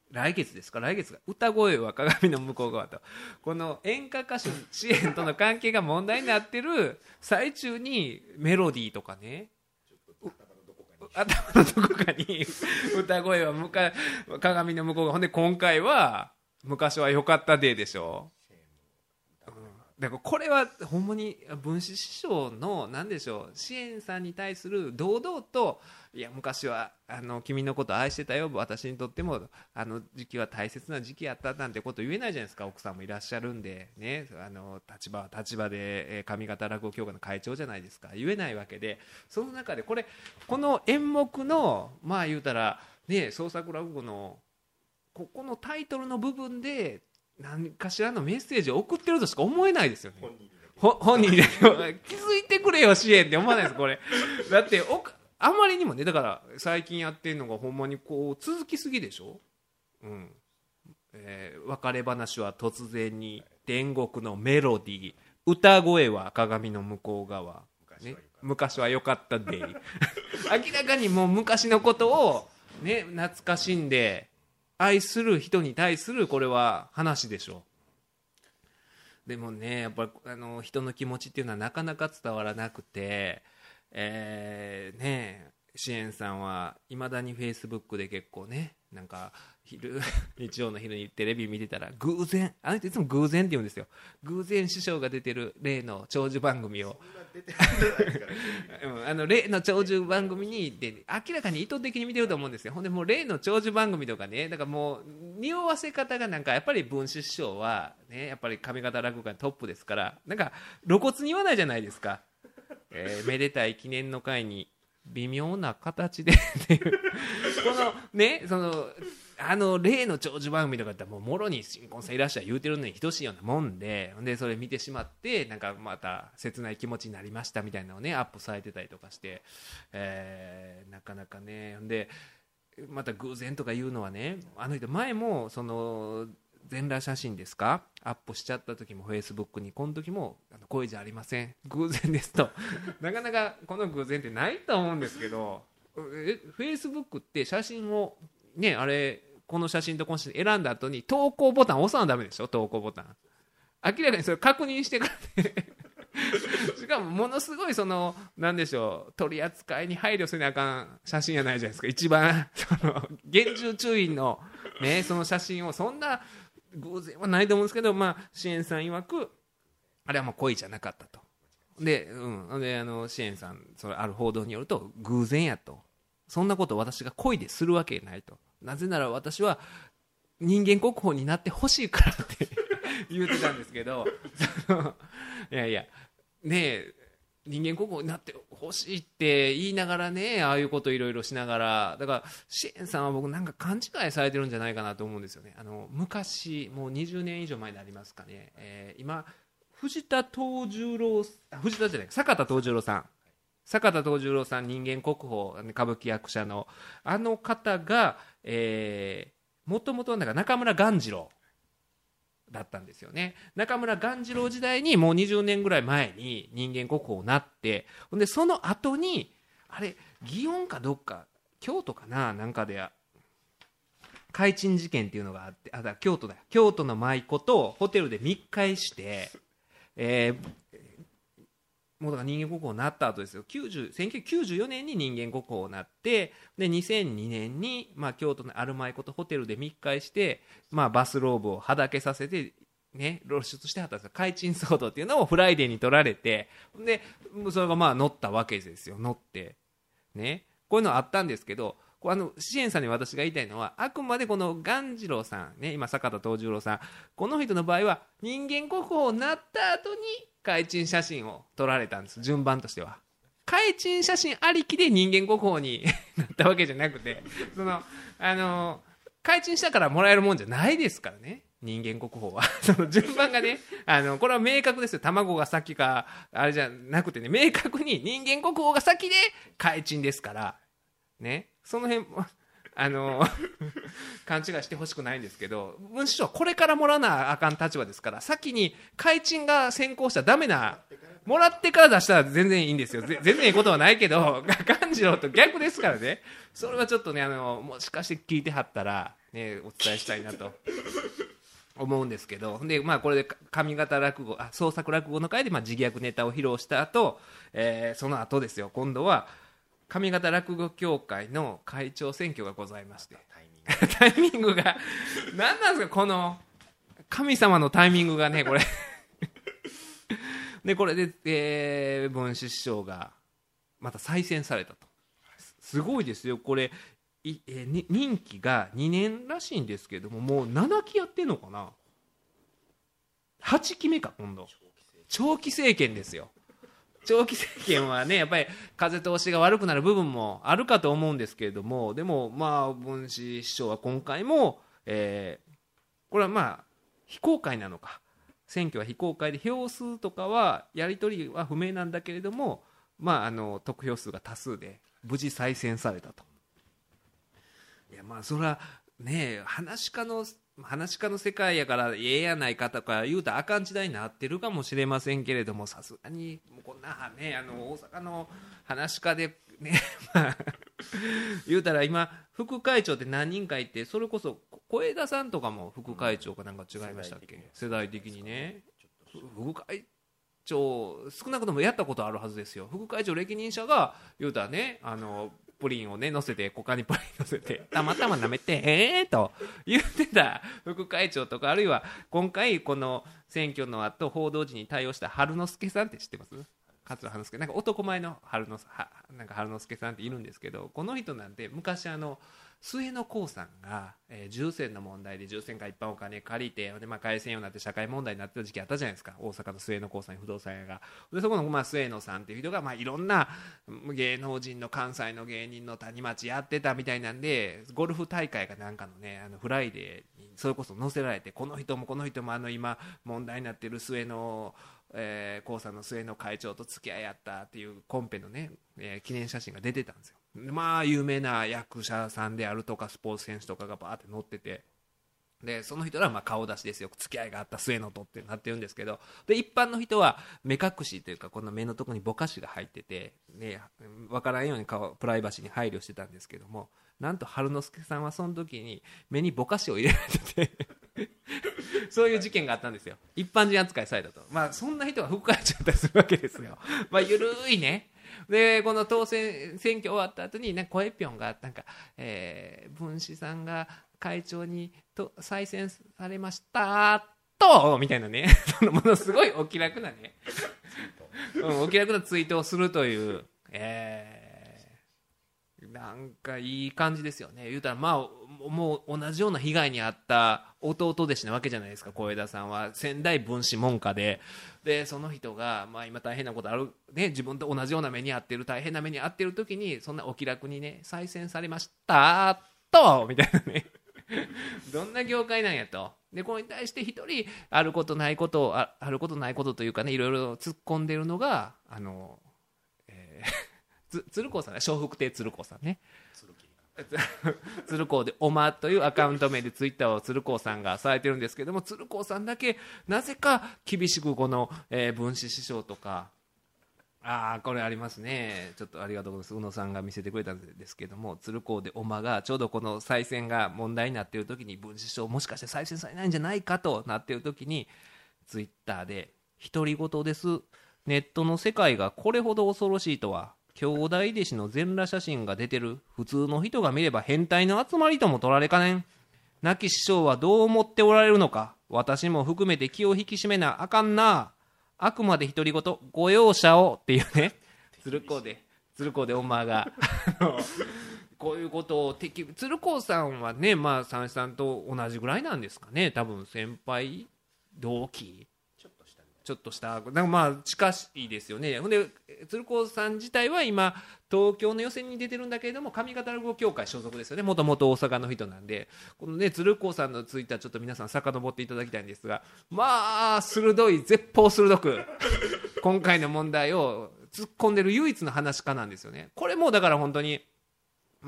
来月ですか来月が歌声は鏡の向こう側とこの演歌歌手支援との関係が問題になってる最中にメロディーとかね頭のどこかに歌声は向か鏡の向こう側ほんで今回は昔は良かったデーでしょ、うん、だからこれはほんまに文枝師匠の何でしょう支援さんに対する堂々といや昔はあの君のこと愛してたよ私にとってもあの時期は大切な時期やったなんてこと言えないじゃないですか奥さんもいらっしゃるんでねあの立場は立場で上方落語協会の会長じゃないですか言えないわけでその中でこれこの演目のまあ言うたらね創作落語のここのタイトルの部分で何かしらのメッセージを送ってるとしか思えないですよね本人で気づいてくれよ支援って思わないですこれだっておあまりにもねだから最近やってるのがほんまにこう続きすぎでしょ、うんえー、別れ話は突然に天国のメロディー歌声は鏡の向こう側、ね、昔は良かったで明らかにもう昔のことを、ね、懐かしんで愛する人に対するこれは話でしょでもねやっぱりあの人の気持ちっていうのはなかなか伝わらなくてえー、ね支援さんはいまだにフェイスブックで結構ねなんか昼日曜の昼にテレビ見てたら偶然あの人いつも偶然って言うんですよ偶然師匠が出てる例の長寿番組をあの例の長寿番組にで明らかに意図的に見てると思うんですよほんでもう例の長寿番組とかねだからもう匂わせ方がなんかやっぱり文枝師匠はねやっぱり上方落語界のトップですからなんか露骨に言わないじゃないですかえー、めでたい記念の会に微妙な形でっていうこのねそのあの例の長寿番組とかってもうもろに新婚さんいらっしゃい言うてるのに等しいようなもんででそれ見てしまってなんかまた切ない気持ちになりましたみたいなのをねアップされてたりとかして、えー、なかなかねでまた偶然とか言うのはねあの人前もその全裸写真ですかアップしちゃった時もフェイスブックにこの時も声じゃありません偶然ですとなかなかこの偶然ってないと思うんですけどえフェイスブックって写真をねあれこの写真とこの写真選んだ後に投稿ボタン押さなダメでしょ投稿ボタン明らかにそれ確認してからねしかもものすごいそのなんでしょう取り扱いに配慮せなあかん写真やないじゃないですか一番その厳重注意のねその写真をそんな偶然はないと思うんですけど、まあ、支援さん曰くあれはもう恋じゃなかったとで、うん、であの支援さんそれある報道によると偶然やとそんなことを私が恋でするわけないとなぜなら私は人間国宝になってほしいからって言ってたんですけどそのいやいやねえ人間国宝になってほしいって言いながらねああいうこといろいろしながらだから支援さんは僕なんか勘違いされてるんじゃないかなと思うんですよねあの昔もうにじゅうねん以上前になりますかね、えー、今藤田藤十郎藤田じゃない坂田藤十郎さん坂田藤十郎さん人間国宝歌舞伎役者のあの方がもともと中村鴈治郎だったんですよね中村鴈治郎時代にもうにじゅうねんぐらい前に人間国宝になってでその後にあれ祇園かどっか京都かななんかで海珍事件っていうのがあってあだ京都だ京都の舞妓とホテルで密会して、えー、もうだから人間国宝になった後ですよきゅうじゅうせんきゅうひゃくきゅうじゅうよねんに人間国宝になってでにせんにねんに、まあ、京都のある舞妓とホテルで密会して、まあ、バスローブをはだけさせて、ね、露出してはったんですよ海珍騒動っていうのをフライデーに撮られてでそれがまあ載ったわけですよ載って、ね、こういうのあったんですけどあの支援さんに私が言いたいのはあくまでこの鴈治郎さん、ね、今坂田藤十郎さんこの人の場合は人間国宝になった後に海珍写真を撮られたんです順番としては海珍写真ありきで人間国宝になったわけじゃなくてそのあの海珍したからもらえるもんじゃないですからね人間国宝はその順番がねあのこれは明確ですよ卵が先かあれじゃなくてね明確に人間国宝が先で海珍ですからねその辺あの勘違いしてほしくないんですけど、文枝師匠はこれからもらわなあかん立場ですから、先に開陳が先行したらダメな、もらってから出したら全然いいんですよ。全然いいことはないけど、勘次郎と逆ですからね。それはちょっとね、あのもしかして聞いてはったら、ね、お伝えしたいなと思うんですけど、で、まあ、これで上方落語、あ、創作落語の会で、まあ、自虐ネタを披露した後、えー、その後ですよ、今度は上方落語協会の会長選挙がございまして、タイミングが何なんですか、この神様のタイミングがね、これでこれで、えー、文枝師匠がまた再選されたと。すごいですよこれ、い、えー、任期がにねんらしいんですけども、もうななきやってんのかな、はちきめか、今度長期政権ですよ。長期政権はね、やっぱり風通しが悪くなる部分もあるかと思うんですけれども、でもまあ文枝師匠は今回も、えー、これはまあ非公開なのか、選挙は非公開で票数とかはやり取りは不明なんだけれども、まあ、あの得票数が多数で無事再選されたと。いやまあそれはね、話家の話家の世界やからええやないかとか言うたらあかん時代になってるかもしれませんけれども、さすがにもうこんなね、あの大阪の話家でねまあ言うたら今副会長って何人かいて、それこそ小枝さんとかも副会長かなんか違いましたっけ、世代的にね。副会長少なくともやったことあるはずですよ。副会長歴任者が言うたらね、あのプリンをね乗せて、股間にプリン乗せてたまたま舐めてえーと言ってた副会長とか、あるいは今回この選挙の後報道陣に対応した春之助さんって知ってます？桂春之助、なんか男前の春之なんか春之助さんっているんですけど、この人なんて昔あの末野光さんが、えー、重戦の問題で重戦からいっぱいお金借りて、で、まあ、返せんようになって社会問題になってた時期あったじゃないですか、大阪の末野光さんに不動産屋が。でそこの、まあ、末野さんっていう人が、まあ、いろんな芸能人の関西の芸人の谷町やってたみたいなんで、ゴルフ大会かなんかのね、あのフライデーにそれこそ載せられて、この人もこの人もあの今問題になってる末野えー、高さんの末の会長と付き合いあったっていうコンペのね、えー、記念写真が出てたんですよ。まあ有名な役者さんであるとかスポーツ選手とかがバーって載ってて、でその人らはまあ顔出しですよ、付き合いがあった末のとってなってるんですけど、で一般の人は目隠しというか、この目のところにぼかしが入ってて、ね、分からんように顔プライバシーに配慮してたんですけども、なんと春之助さんはその時に目にぼかしを入れられててそういう事件があったんですよ。一般人扱いされたと。まあそんな人が副会長だったりするわけですよ。まあゆるいね。でこの当選選挙終わった後になんか声ぴょんがなんか、えー、文枝さんが会長にと再選されましたとみたいなねものすごいお気楽なね、うん、お気楽なツイートをするという、えーなんかいい感じですよね。言うたらまあもう同じような被害に遭った弟弟子なわけじゃないですか。小枝さんは仙台分子門下で、でその人がまあ今大変なことあるね、自分と同じような目に遭ってる大変な目に遭ってる時にそんなお気楽にね再選されましたとみたいなねどんな業界なんやと。でこれに対して一人あることないことああることないことというかね、いろいろ突っ込んでるのがあの、えー鶴光さんね、笑福亭鶴光さんね、鶴光でおまというアカウント名でツイッターを鶴光さんがされてるんですけども、鶴光さんだけなぜか厳しくこの、えー、文枝師匠とか、あこれありますね、ちょっとありがとうございます、宇野さんが見せてくれたんですけども、鶴光でおまがちょうどこの再選が問題になっている時に、文枝師匠もしかして再選されないんじゃないかとなっている時にツイッターで独り言です、ネットの世界がこれほど恐ろしいとは、兄弟弟子の全裸写真が出てる普通の人が見れば変態の集まりとも取られかねん。亡き師匠はどう思っておられるのか、私も含めて気を引き締めなあかんな。あくまで独り言、ご容赦をっていうね、鶴光で鶴光でおまがこういうことを敵、鶴光さんはね、まあ三枝さんと同じぐらいなんですかね、多分先輩同期ちょっとしたなんかまあ近しいですよね。ほんで鶴光さん自体は今東京の予選に出てるんだけれども上方落語協会所属ですよね。もともと大阪の人なんで、このね鶴光さんのツイッターちょっと皆さん遡っていただきたいんですが、まあ鋭い絶法鋭く今回の問題を突っ込んでる唯一の話家なんですよね。これもだから本当にまあ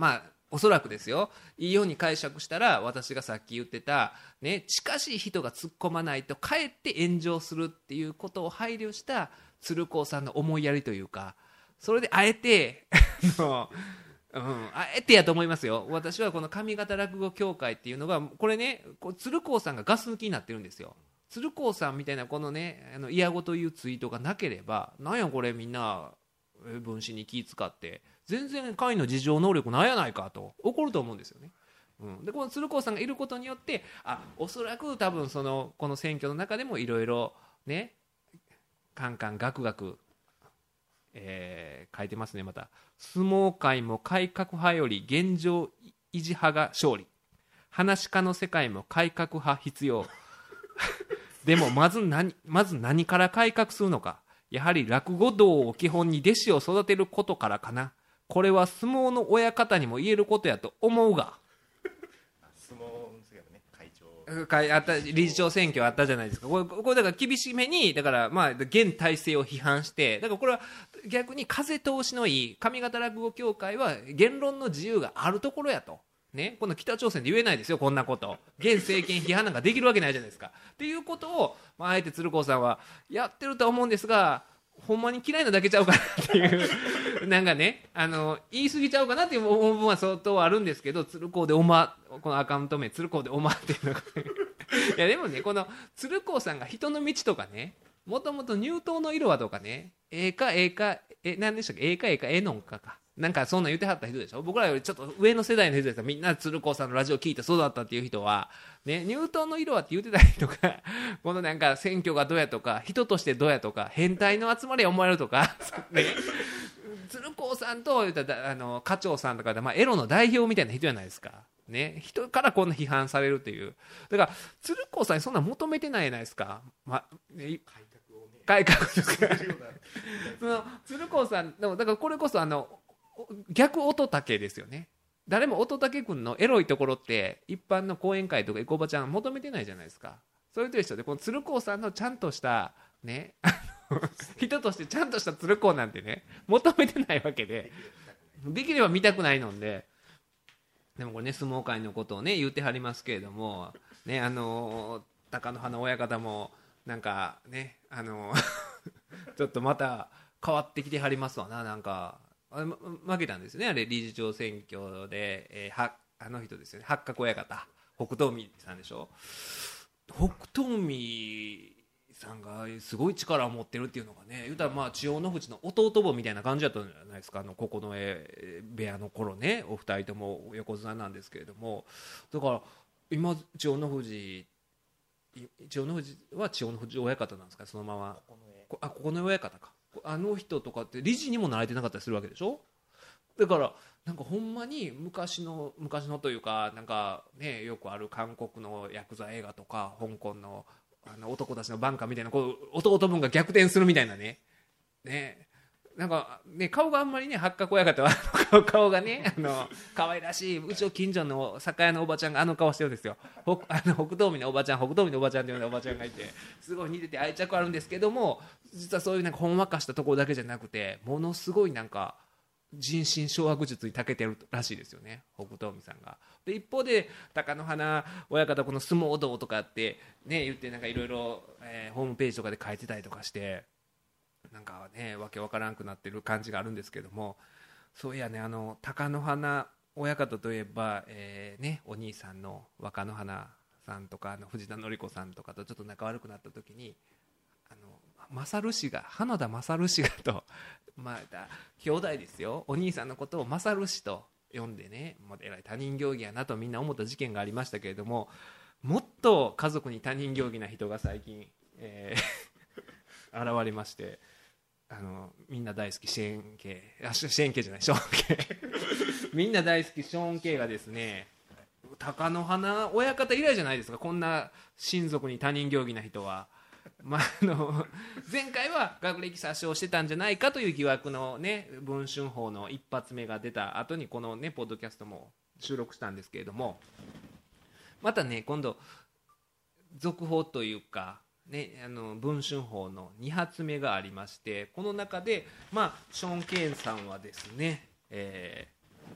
おそらくですよ、いいように解釈したら私がさっき言ってた、ね、近しい人が突っ込まないとかえって炎上するっていうことを配慮した鶴光さんの思いやりというか、それであえてのうん、あえてやと思いますよ。私はこの上方落語協会っていうのがこれね、こう鶴光さんがガス抜きになってるんですよ。鶴光さんみたいなこのね、あの嫌ごというツイートがなければ、なんやこれみんな分子に気使って全然会の事情能力ないやないかと怒ると思うんですよね。うん、でこの鶴光さんがいることによって、あ、おそらく多分そのこの選挙の中でもいろいろね、カンカンガクガク、えー書いてますね。また相撲界も改革派より現状維持派が勝利、話し家の世界も改革派必要でもまず 何, まず何から改革するのか、やはり落語道を基本に弟子を育てることからかな。これは相撲の親方にも言えることやと思うが。 相撲ですけどね、会長会あった理事長選挙あったじゃないですか。これ、これだから厳しめに、だからまあ現体制を批判して、だからこれは逆に風通しのいい上方落語協会は言論の自由があるところやと。ね、この北朝鮮で言えないですよ、こんなこと。現政権批判なんかできるわけないじゃないですか。っていうことを、まあ、あえて鶴光さんはやってるとは思うんですが、ほんまに嫌いなだけちゃうかなっていうなんかね、あの言い過ぎちゃうかなっていう部分は相当あるんですけど、鶴光でおま、このアカウント名鶴光でおまっていうのがいやでもね、この鶴光さんが人の道とかね、もともと入党の色はとかね、ええかええかえ何でしたっけ、ええかええかええのんかか、なんかそんなん言ってはった人でしょ。僕らよりちょっと上の世代の人ですから、みんな鶴光さんのラジオ聞いて育ったっていう人は、ね、入党の色はって言ってたりとか、このなんか選挙がどうやとか、人としてどうやとか、変態の集まりや思われるとか、ね、鶴光さんと言ったらあの課長さんとかで、まあ、エロの代表みたいな人じゃないですか。ね、人からこんな批判されるっていう。だから鶴光さんにそんな求めてないじゃないですか。まね、改革とかその鶴光さんでもだからこれこそあの逆乙武ですよね。誰も乙武君のエロいところって一般の講演会とかエコバちゃん求めてないじゃないですか。それと一緒で、この鶴光さんのちゃんとしたね人としてちゃんとした鶴光なんてね求めてないわけで、できれば見たくないので。でもこれね、相撲界のことをね言ってはりますけれどもね、あの貴乃花親方もなんかね、あのちょっとまた変わってきてはりますわな。なんかあれ負けたんですね、あれ理事長選挙で、えー、はあの人ですよね、八角親方、北東海さんでしょ。北東海さんがすごい力を持ってるっていうのがね、言うたらまあ千代の富士の弟分みたいな感じだったんじゃないですか。あの九重部屋の頃ね、お二人とも横綱なんですけれども、だから今千代の富士千代の富士は千代の富士親方なんですか、そのまま。あ、九重親方か。あの人とかって理事にもなれてなかったりするわけでしょ。だからなんかほんまに昔の昔のというか、なんかね、よくある韓国のヤクザ映画とか香港のあの男たちのバンカーみたいな、こう弟分が逆転するみたいなね、ね、なんかね、顔があんまりね、八角親方は顔がね、あの可愛らしい、うちの近所の酒屋のおばちゃんがあの顔してるんですよ。北あの北東海のおばちゃん、北東海のおばちゃんっていうようなおばちゃんがいて、すごい似てて愛着あるんですけども、実はそういうなんかほんわかしたところだけじゃなくて、ものすごいなんか人心掌握術に長けてるらしいですよね、北東海さんが。で一方で貴乃花親方、この相撲道とかってね言って、なんかいろいろホームページとかで書いてたりとかして、なんかねわけわからんくなってる感じがあるんですけども、そういやね、あの貴乃花親方といえば、えーね、お兄さんの若乃花さんとか、あの藤田紀子さんとかとちょっと仲悪くなった時に、あの勝氏が花田勝氏がと、まあ、兄弟ですよ、お兄さんのことを勝氏と呼んでね、もうえらい他人行儀やなとみんな思った事件がありましたけれども、もっと家族に他人行儀な人が最近、えー、現れまして、あのみんな大好きシェーン系、あシェーン系じゃないショーン系みんな大好きショーン系がですね、貴乃花親方以来じゃないですか、こんな親族に他人行儀な人は。まあ、あの前回は学歴詐称してたんじゃないかという疑惑のね、文春法の一発目が出た後にこのねポッドキャストも収録したんですけれども、またね今度続報というかね、あの文春法のに発目がありまして、この中でまあショーン・ケーンさんはですね、えー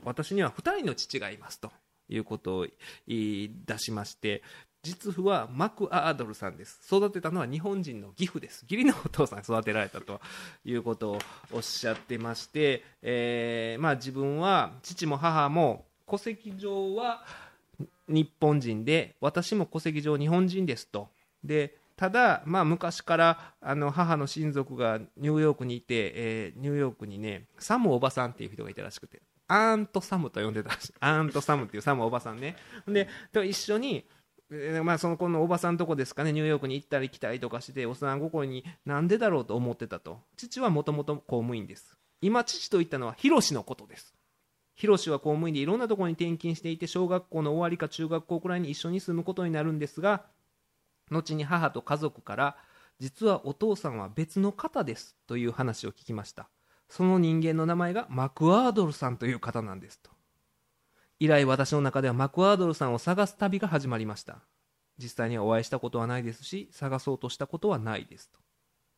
私にはふたりの父がいますということを言い出しまして、実父はマクアードルさんです。育てたのは日本人の義父です。義理のお父さんに育てられたということをおっしゃってまして、えーまあ、自分は父も母も戸籍上は日本人で、私も戸籍上日本人ですと。でただ、まあ、昔からあの母の親族がニューヨークにいて、えー、ニューヨークにねサムおばさんっていう人がいたらしくて、アーントサムと呼んでたらしい。アーントサムっていうサムおばさんね。でと一緒に、えーまあ、そのこのおばさんのとこですかね、ニューヨークに行ったり来たりとかして、幼心になんでだろうと思ってたと。父はもともと公務員です。今父と言ったのはヒロシのことです。ヒロシは公務員でいろんなところに転勤していて、小学校の終わりか中学校くらいに一緒に住むことになるんですが、後に母と家族から実はお父さんは別の方ですという話を聞きました。その人間の名前がマクアードルさんという方なんですと。以来私の中ではマクアードルさんを探す旅が始まりました。実際にはお会いしたことはないですし、探そうとしたことはないですと。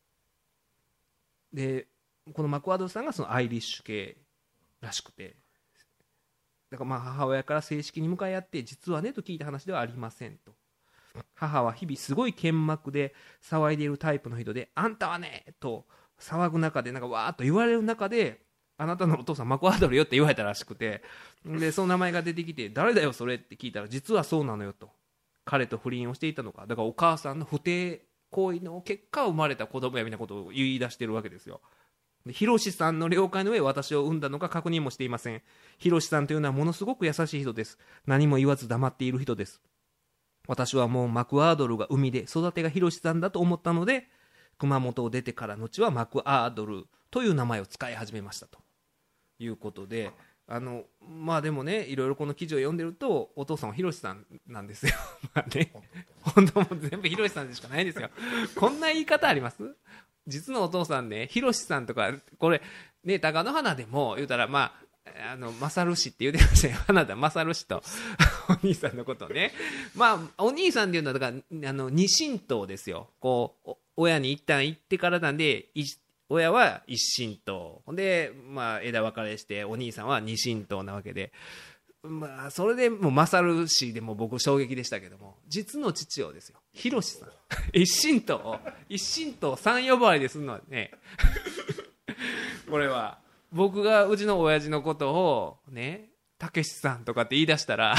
でこのマクアードルさんがそのアイリッシュ系らしくて、だからまあ母親から正式に向かい合って、実はねと聞いた話ではありませんと。母は日々すごい剣幕で騒いでいるタイプの人で、あんたはねと騒ぐ中で、なんかわーっと言われる中で、あなたのお父さんマクアードルよって言われたらしくて、でその名前が出てきて、誰だよそれって聞いたら、実はそうなのよと。彼と不倫をしていたのか、だからお母さんの不貞行為の結果生まれた子供やみたいなことを言い出してるわけですよ。ヒロシさんの了解の上私を産んだのか確認もしていません。ヒロシさんというのはものすごく優しい人です。何も言わず黙っている人です。私はもうマクアードルが海で育てがヒロシさんだと思ったので、熊本を出てから後はマクアードルという名前を使い始めましたということで、あのまあでもね、いろいろこの記事を読んでると、お父さんはヒロシさんなんですよまあね、本当も全部ヒロシさんでしかないんですよ。こんな言い方あります？実のお父さんね、ヒロシさんとか、これね、貴乃花でも言うたら、まああの勝氏って言うてましたよ、花田勝氏とお兄さんのことをね。まあお兄さんっていうのはだからあの二親等ですよ。こう親に一旦行ってからなんで、親は一親等で、まあ、枝分かれしてお兄さんは二親等なわけで、まあ、それでもう勝氏でも僕衝撃でしたけども、実の父をですよ、広志さん一親等を一親等三呼ばわりでするのはねこれは僕がうちの親父のことをね、たけしさんとかって言い出したら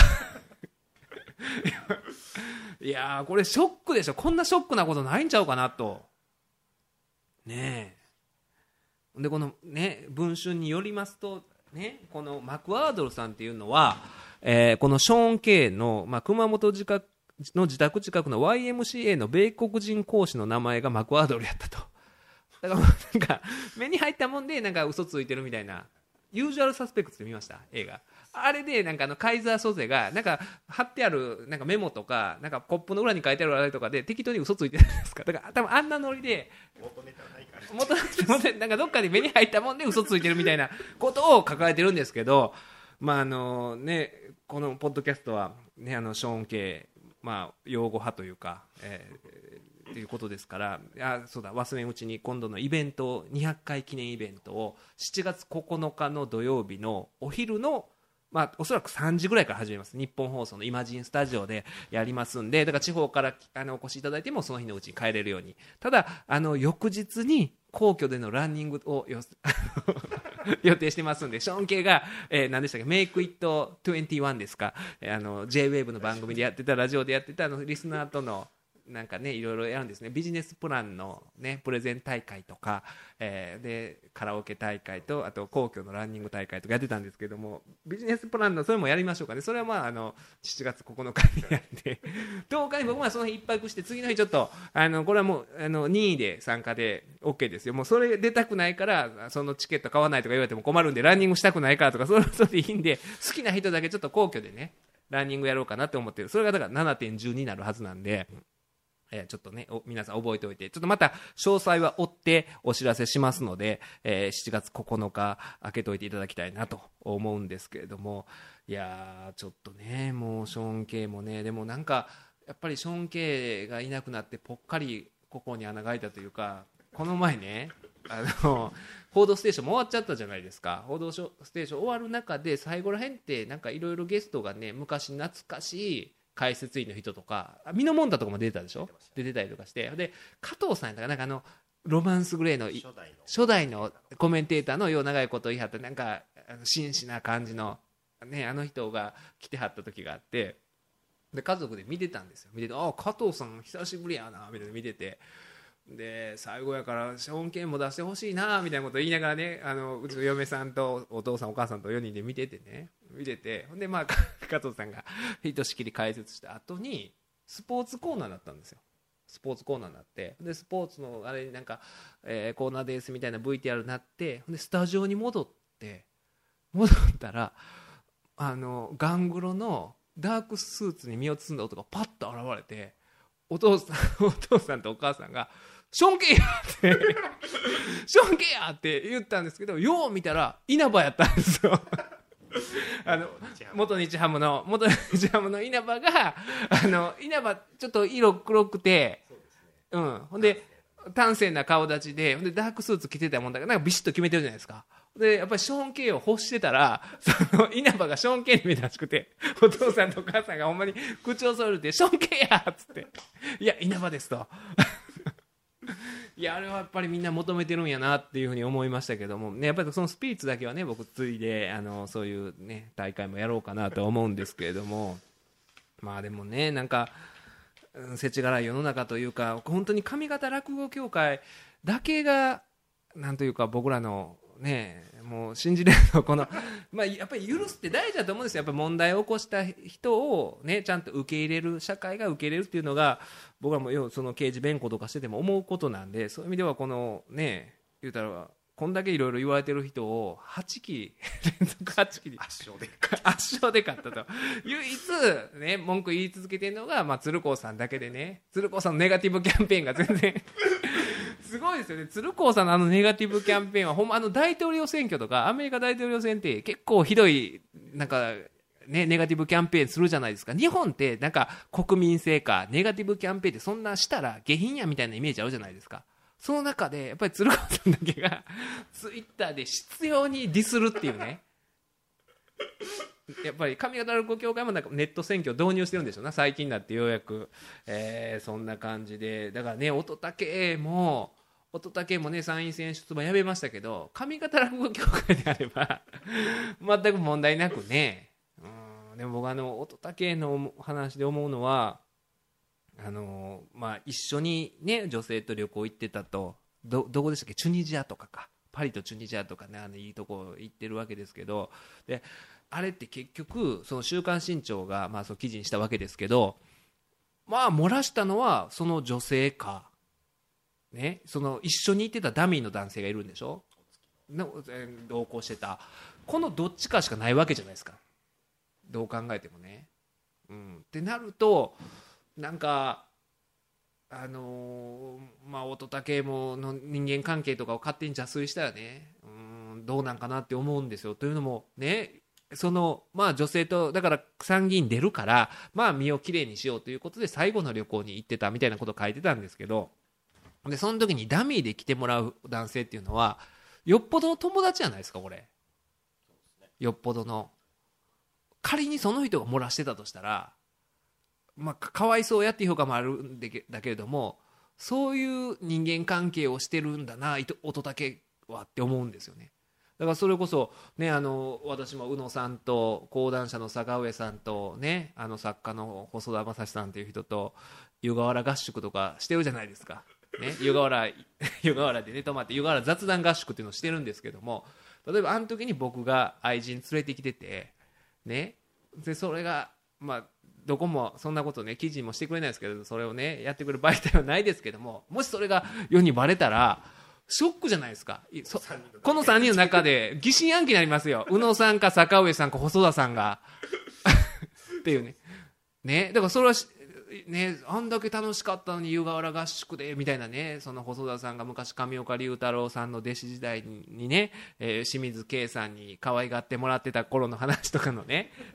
いやーこれショックでしょ。こんなショックなことないんちゃうかなとねえ。でこのね文春によりますとね、このマクアードルさんっていうのは、えー、このショーン・ケイの、まあ、熊本自宅の自宅近くの ワイエムシーエー の米国人講師の名前がマクアードルやったと。だからなんか目に入ったもんでなんか嘘ついてるみたいな、ユージュアルサスペクツって見ました映画。あれでなんかあのカイザー蘇生がなんか貼ってあるなんかメモとかなんかコップの裏に書いてあるあれとかで適当に嘘ついてるんですか。だから多分あんなノリで元ネタないから元ネタなんかどっかで目に入ったもんで嘘ついてるみたいなことを抱えてるんですけど、まああのねこのポッドキャストはねあのショーン系まあ擁護派というか、えー、ということですから、あそうだ忘れんうちに今度のイベントにひゃっかい記念イベントをしちがつここのかの土曜日のお昼のまあ、おそらくさんじぐらいから始めます。日本放送のイマジンスタジオでやりますんで、だから地方からあのお越しいただいてもその日のうちに帰れるように。ただあの翌日に皇居でのランニングをよ予定してますんで、ショーン系が、えー、何でしたっけ、メイクイットにじゅういちですか、えー、あの ジェイウェーブ の番組でやってた、ラジオでやってたあのリスナーとのなんかねいろいろやるんですね。ビジネスプランのねプレゼン大会とか、えー、でカラオケ大会とあと皇居のランニング大会とかやってたんですけども、ビジネスプランのそれもやりましょうかね。それはまああのしちがつここのかにやってとおかに僕はその日一泊して次の日ちょっとあのこれはもうあの任意で参加で OK ですよ。もうそれ出たくないからそのチケット買わないとか言われても困るんで、ランニングしたくないからとかそれはそれでいいんで、好きな人だけちょっと皇居でねランニングやろうかなって思ってる。それがだから ななてんじゅうに になるはずなんで、えー、ちょっとね皆さん覚えておいて、ちょっとまた詳細は追ってお知らせしますので、えー、しちがつここのか開けといていただきたいなと思うんですけれども、いやーちょっとねもうショーン・ケイもね、でもなんかやっぱりショーン・ケイがいなくなってぽっかりここに穴が開いたというか、この前ねあの報道ステーションも終わっちゃったじゃないですか。報道ステーション終わる中で最後らへんってなんかいろいろゲストがね、昔懐かしい解説員の人とか、ミノモンタとかも出てたでしょ。出てたりとかして、で加藤さんやったかなんかあのロマンスグレーの初代の初代のコメンテーターのよう長いことを言い張ったなんか真摯な感じのね、あの人が来てはった時があって、で家族で見てたんですよ。見てて、あ加藤さん久しぶりやなみたいな見てて、で最後やからショーン・ケンも出してほしいなみたいなことを言いながらね、あのうちの嫁さんとお父さんお母さんとよにんで見ててね、見てて、ほんでまあ加藤さんがひとしきり解説した後にスポーツコーナーだったんですよ。スポーツコーナーになって、でスポーツのあれになんか、えー、コーナーですみたいな ブイティーアール になって、でスタジオに戻って戻ったらあのガングロのダークスーツに身を包んだ男がパッと現れて、お父さんお父さんとお母さんがショーン・ケイやってショーン・ケイやって言ったんですけど、よう見たら稲葉やったんですよあの元日ハムの元日ハムの稲葉が、あの稲葉ちょっと色黒くて、うん、ほんで端正な顔立ちで、ほんでダークスーツ着てたもんだからなんかビシッと決めてるじゃないですか。でやっぱりショーン・ケイを欲してたら、その稲葉がショーン・ケイに見えたらしくて、お父さんとお母さんがほんまに口を揃えてショーン・ケイやっつって、いや稲葉ですといやあれはやっぱりみんな求めてるんやなっていうふうに思いましたけども、ね、やっぱりそのスピリッツだけはね、僕ついであのそういうね大会もやろうかなと思うんですけれども、まあでもね、なんか世知辛い世の中というか、本当に上方落語協会だけがなんというか僕らのね、もう信じれるのこのまあやっぱり許すって大事だと思うんですよ。やっぱり問題を起こした人をねちゃんと受け入れる、社会が受け入れるっていうのが僕らも要その刑事弁護とかしてても思うことなんで、そういう意味ではこのね言うたらこんだけいろいろ言われてる人をはちき連続はちき圧勝で圧勝で勝ったと唯一ね文句言い続けてるのが、まあ、鶴光さんだけでね、鶴光さんのネガティブキャンペーンが全然すごいですよね。鶴光さんのあのネガティブキャンペーンはほんまあの大統領選挙とかアメリカ大統領選って結構ひどいなんかねネガティブキャンペーンするじゃないですか。日本ってなんか国民性かネガティブキャンペーンってそんなしたら下品やみたいなイメージあるじゃないですか。その中でやっぱり鶴光さんだけがツイッターで執拗にディスるっていうねやっぱり上方落語協会もなんかネット選挙導入してるんでしょうな、最近になってようやく、えー、そんな感じで、だからね乙武も乙武もね参院選出馬やめましたけど、上方落語協会であれば全く問題なくね、うん、でも僕あの乙武の話で思うのはあのまあ、一緒に、ね、女性と旅行行ってたと、 ど, どこでしたっけ、チュニジアとかか、パリとチュニジアとかね、あのいいとこ行ってるわけですけど、であれって結局その週刊新潮が、まあ、そう記事にしたわけですけど、まあ漏らしたのはその女性か、ね、その一緒に行ってたダミーの男性がいるんでしょ、の同行してた、このどっちかしかないわけじゃないですか、どう考えてもね、うん、ってなるとなんかあのー、まあ乙武もの人間関係とかを勝手に邪推したらね、うん、どうなんかなって思うんですよ。というのもね、そのまあ女性とだから参議院出るからまあ身をきれいにしようということで最後の旅行に行ってたみたいなことを書いてたんですけど、でその時にダミーで来てもらう男性っていうのはよっぽどの友達じゃないですか、これ。よっぽどの、仮にその人が漏らしてたとしたら、まあ、かわいそうやっていう評価もあるんでだけれども、そういう人間関係をしてるんだな乙武はって思うんですよね。だからそれこそ、ね、あの私も宇野さんと講談社の坂上さんと、ね、あの作家の細田正史さんという人と湯河原合宿とかしてるじゃないですか、ね、湯河原湯河原でね泊まって湯河原雑談合宿っていうのをしてるんですけども、例えばあの時に僕が愛人連れてきてて、ね、でそれがまあどこもそんなことね記事にもしてくれないですけど、それをねやってくれる媒体はないですけども、もしそれが世にバレたらショックじゃないですか。そこのさんにんの中で疑心暗鬼になりますよ。宇野さんか坂上さんか細田さんがっていうね。ね、だからそれはね、あんだけ楽しかったのに湯河原合宿でみたいなね、その細田さんが昔上岡龍太郎さんの弟子時代にね、えー、清水圭さんに可愛がってもらってた頃の話とかのね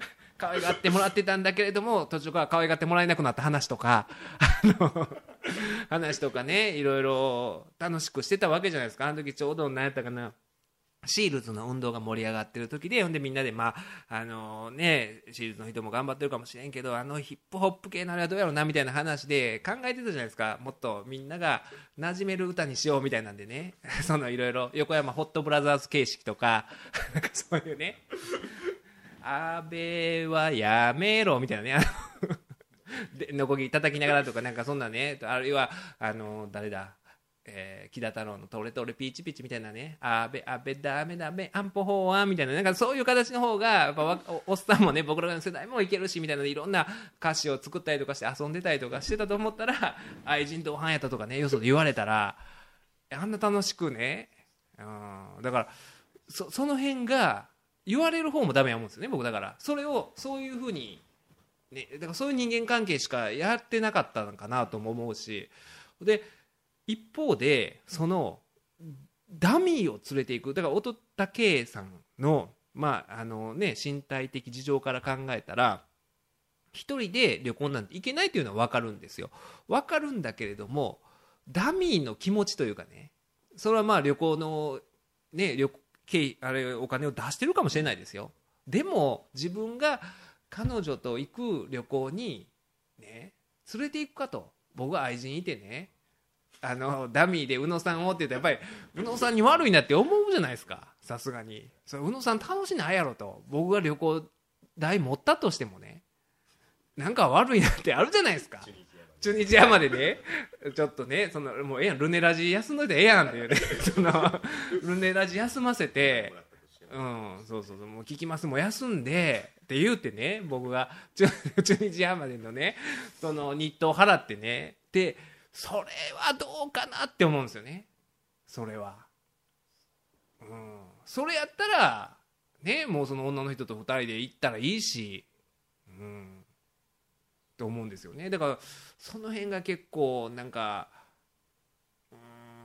可愛がってもらってたんだけれども途中から可愛がってもらえなくなった話とかあの話とかねいろいろ楽しくしてたわけじゃないですか。あの時ちょうど何やったかなシールズの運動が盛り上がってる時でほんでみんなでまああのねシールズの人も頑張ってるかもしれんけどあのヒップホップ系のあれはどうやろうなみたいな話で考えてたじゃないですか。もっとみんなが馴染める歌にしようみたいなんでねそのいろいろ横山ホットブラザーズ形式とかなんかそういうね安倍はやめろみたいなねあのでノコギリ叩きながらとかなんかそんなねあるいはあの誰だえー、木田太郎のトレトレピーチピーチみたいなねあべあべダメダメ安保法案みたいななんかそういう形の方がやっぱ お, おっさんもね僕らの世代もいけるしみたいないろんな歌詞を作ったりとかして遊んでたりとかしてたと思ったら愛人同伴やったとかねよそで言われたらあんな楽しくね、うん、だから そ, その辺が言われる方もダメや思うんですよね僕だからそれをそういうふうに、ね、だからそういう人間関係しかやってなかったのかなとも思うしで一方でそのダミーを連れていくだから音田圭さんのまああのね身体的事情から考えたら一人で旅行なんて行けないというのは分かるんですよ。分かるんだけれどもダミーの気持ちというかねそれはまあ旅行のね旅行あれお金を出してるかもしれないですよ。でも自分が彼女と行く旅行にね連れて行くかと僕は愛人いてねあのダミーで宇野さんをって言うとやっぱり宇野さんに悪いなって思うじゃないですか。さすがにそれ宇野さん楽しないやろと僕が旅行代持ったとしてもねなんか悪いなってあるじゃないですか。中日山でねちょっとねそのもうええやんルネラジ休んどいてええやんっていうねそのルネラジ休ませてうんそうそうそうもう聞きますもう休んでって言うてね僕が中日山でのねその日当払ってねでそれはどうかなって思うんですよね。それは、うん、それやったらねもうその女の人とふたりで行ったらいいし、うん、と思うんですよね。だからその辺が結構なんかう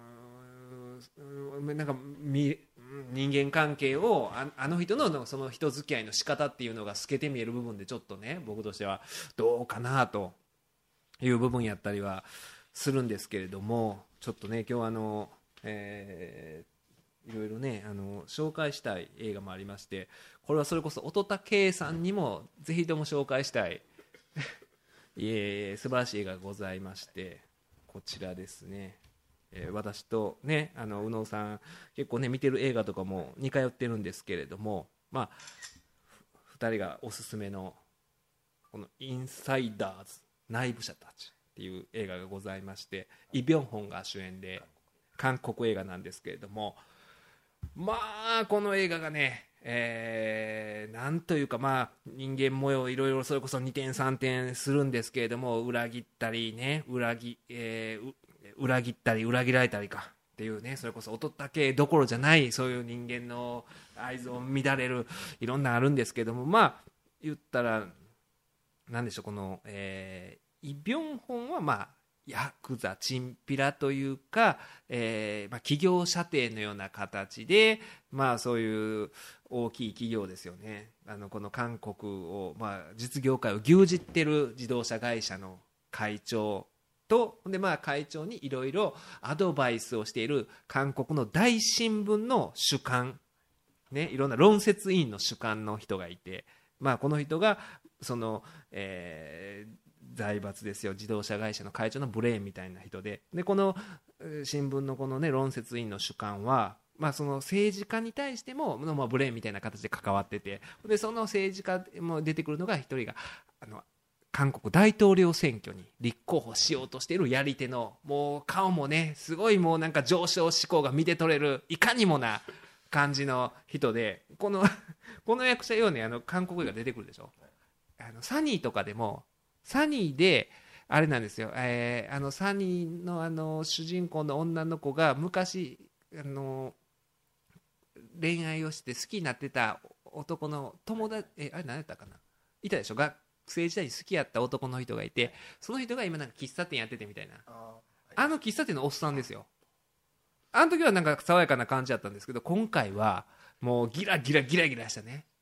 ーんなんかみ人間関係を あ, あの人 の, その人付き合いの仕方っていうのが透けて見える部分でちょっとね僕としてはどうかなという部分やったりはするんですけれどもちょっとね今日あの、えー、いろいろねあの紹介したい映画もありましてこれはそれこそ音田圭さんにもぜひとも紹介したいいえ素晴らしい映画がございましてこちらですね、えー、私とねあの宇野さん結構ね見てる映画とかも似通ってるんですけれどもまあふたりがおすすめのこのインサイダーズ内部者たちっていう映画がございましてイ・ビョンホンが主演で韓国映画なんですけれどもまあこの映画がね、えー、なんというかまあ人間模様いろいろそれこそにてんさんてんするんですけれども裏切ったりね裏切、えー、裏切ったり裏切られたりかっていうねそれこそ音だけどころじゃないそういう人間の愛情乱れるいろんなあるんですけどもまあ言ったらなんでしょうこの、えーイ・ビョンホンはまあヤクザチンピラというか、えーまあ、企業舎弟のような形で、まあ、そういう大きい企業ですよねあのこの韓国を、まあ、実業界を牛耳ってる自動車会社の会長とで、まあ、会長にいろいろアドバイスをしている韓国の大新聞の主幹、ね、いろんな論説委員の主幹の人がいて、まあ、この人がその、えー財閥ですよ自動車会社の会長のブレーンみたいな人で、でこの新聞のこのね論説委員の主幹は、まあ、その政治家に対しても、まあ、ブレーンみたいな形で関わっててでその政治家も出てくるのが一人があの韓国大統領選挙に立候補しようとしているやり手のもう顔もねすごいもうなんか上昇志向が見て取れるいかにもな感じの人でこのこの役者ようねあの韓国映画出てくるでしょあのサニーとかでもサニーであれなんですよ、えー、あのサニー の, あの主人公の女の子が昔あの恋愛をして好きになってた男の友達えあれ何やったかないたでしょ学生時代に好きやった男の人がいてその人が今なんか喫茶店やっててみたいな あ, あの喫茶店のおっさんですよ。あの時はなんか爽やかな感じだったんですけど今回はもうギラギラギラギラしたね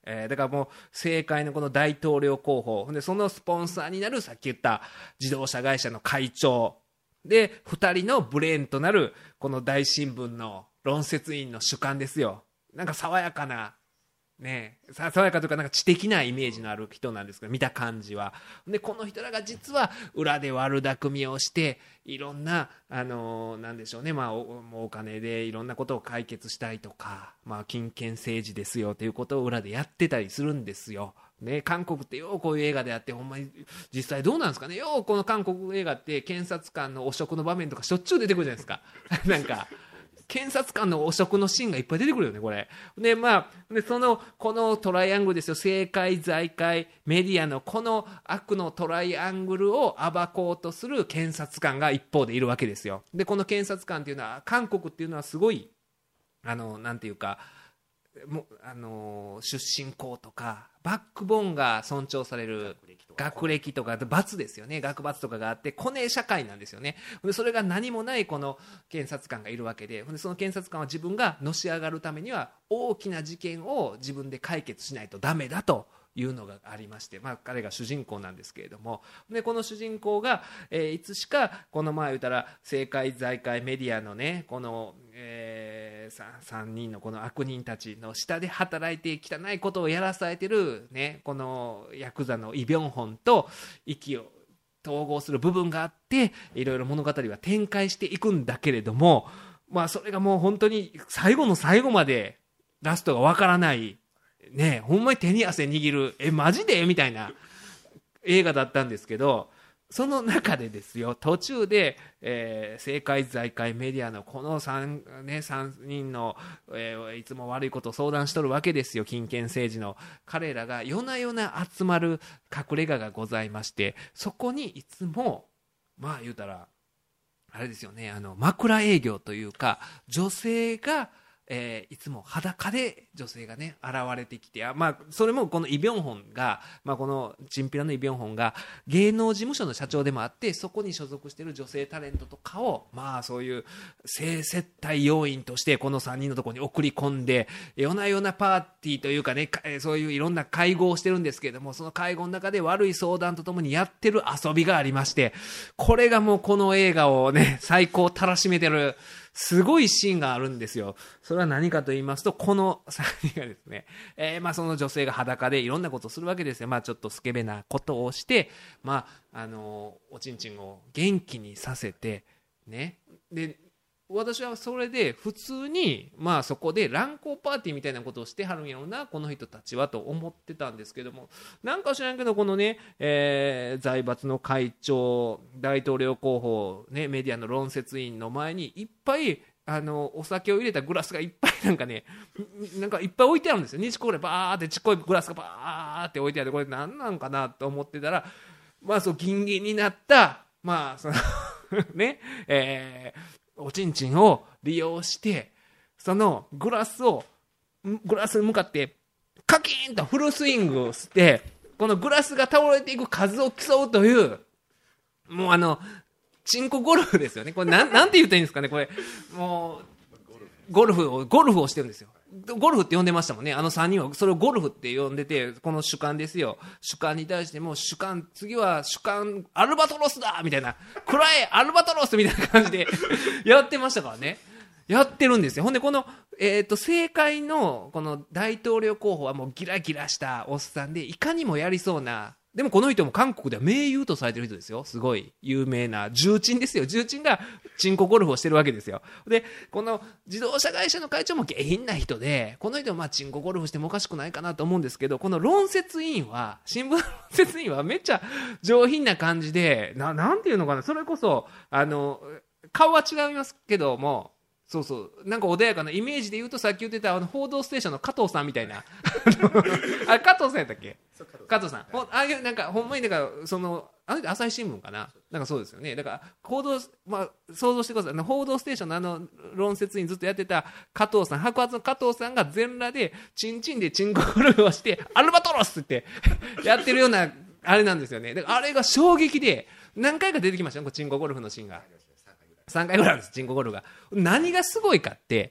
えー、だからもう政界のこの大統領候補で、そのスポンサーになるさっき言った自動車会社の会長で、ふたりのブレーンとなるこの大新聞の論説委員の主幹ですよ。なんか爽やかなね、爽やかというかなんか知的なイメージのある人なんですけど、見た感じは。でこの人らが実は裏で悪巧みをしていろんな、あのー、なんでしょうね、まあ、お, お金でいろんなことを解決したりとか、まあ、金権政治ですよということを裏でやってたりするんですよ。ね、韓国ってようこういう映画であって、ほんまに実際どうなんですかね。ようこの韓国映画って検察官の汚職の場面とかしょっちゅう出てくるじゃないですか。なんか検察官の汚職のシーンがいっぱい出てくるよね、これ。で、まあ、でその、このトライアングルですよ。政界、財界、メディアのこの悪のトライアングルを暴こうとする検察官が一方でいるわけですよ。で、この検察官っていうのは、韓国っていうのはすごい、あの、なんていうか、もあの出身校とかバックボーンが尊重される学歴とか罰ですよね、学罰とかがあってコネ社会なんですよね。でそれが何もないこの検察官がいるわけで、でその検察官は自分がのし上がるためには大きな事件を自分で解決しないとダメだというのがありまして、まあ、彼が主人公なんですけれども、でこの主人公が、えー、いつしかこの前言ったら政界財界メディアのねこの、えー、さんにんのこの悪人たちの下で働いて汚いことをやらされてる、ね、このヤクザのイ・ビョンホンと息を統合する部分があっていろいろ物語は展開していくんだけれども、まあ、それがもう本当に最後の最後までラストがわからないね、ほんまに手に汗握るえマジでみたいな映画だったんですけど、その中でですよ途中で、えー、政界財界メディアのこの 3,、ね、さんにんの、えー、いつも悪いことを相談しとるわけですよ、金権政治の彼らが夜な夜な集まる隠れ家がございまして、そこにいつもまあ言うたらあれですよね、あの枕営業というか女性がえー、いつも裸で女性がね現れてきて、あ、まあ、それもこのイ・ビョンホンが、まあ、このチンピラのイ・ビョンホンが芸能事務所の社長でもあって、そこに所属している女性タレントとかを、まあ、そういう性接待要員としてこのさんにんのところに送り込んで夜な夜なパーティーというかね、そういういろんな会合をしてるんですけれども、その会合の中で悪い相談とともにやってる遊びがありまして、これがもうこの映画をね最高たらしめてるすごいシーンがあるんですよ。それは何かと言いますと、このさんにんがですね、えー、まあその女性が裸でいろんなことをするわけですよ。まあちょっとスケベなことをして、まああのおちんちんを元気にさせてね。で、私はそれで普通にまあそこで乱交パーティーみたいなことをしてはるんやろうなこの人たちはと思ってたんですけども、なんか知らんけどこのね、えー、財閥の会長大統領候補、ね、メディアの論説委員の前にいっぱいあのお酒を入れたグラスがいっぱいなんかねなんかいっぱい置いてあるんですよ。日光でバーってちっこいグラスがバーって置いてあって、これ何なんかなと思ってたら、まあそうギンギンになったまあそのねえーおちんちんを利用してそのグラスをグラスに向かってカキーンとフルスイングをしてこのグラスが倒れていく数を競うというもうあのチンコゴルフですよね。これ な, なんて言ったらいいんですかね。これもうゴルフをゴルフをしてるんですよ。ゴルフって呼んでましたもんね。あのさんにんはそれをゴルフって呼んでて、この主観ですよ。主観に対しても主観、次は主観アルバトロスだみたいな、くらえアルバトロスみたいな感じでやってましたからね。やってるんですよ。ほんでこの、えー、と政界のこの大統領候補はもうギラギラしたおっさんで、いかにもやりそうな、でもこの人も韓国では名優とされてる人ですよ。すごい有名な重鎮ですよ。重鎮がチンコゴルフをしてるわけですよ。でこの自動車会社の会長も下品な人で、この人もまあチンコゴルフしてもおかしくないかなと思うんですけど、この論説委員は新聞の論説委員はめっちゃ上品な感じで、 な, なんていうのかな、それこそあの顔は違いますけども、そうそうなんか穏やかなイメージで言うと、さっき言ってたあの報道ステーションの加藤さんみたいなあ加藤さんやったっけ。加藤さん、ほああいうなんかほんまにだからそのあの人朝日新聞かな、なんかそうですよね。だから報道、まあ、想像してください。あの報道ステーションのあの論説にずっとやってた加藤さん、白髪の加藤さんが全裸でチンチンでチンコゴルフをしてアルバトロスってやってるようなあれなんですよね。だからあれが衝撃で何回か出てきましたよ、チンコゴルフのシーンがさんかいぐらいあるんです。チンコゴルフが何がすごいかって、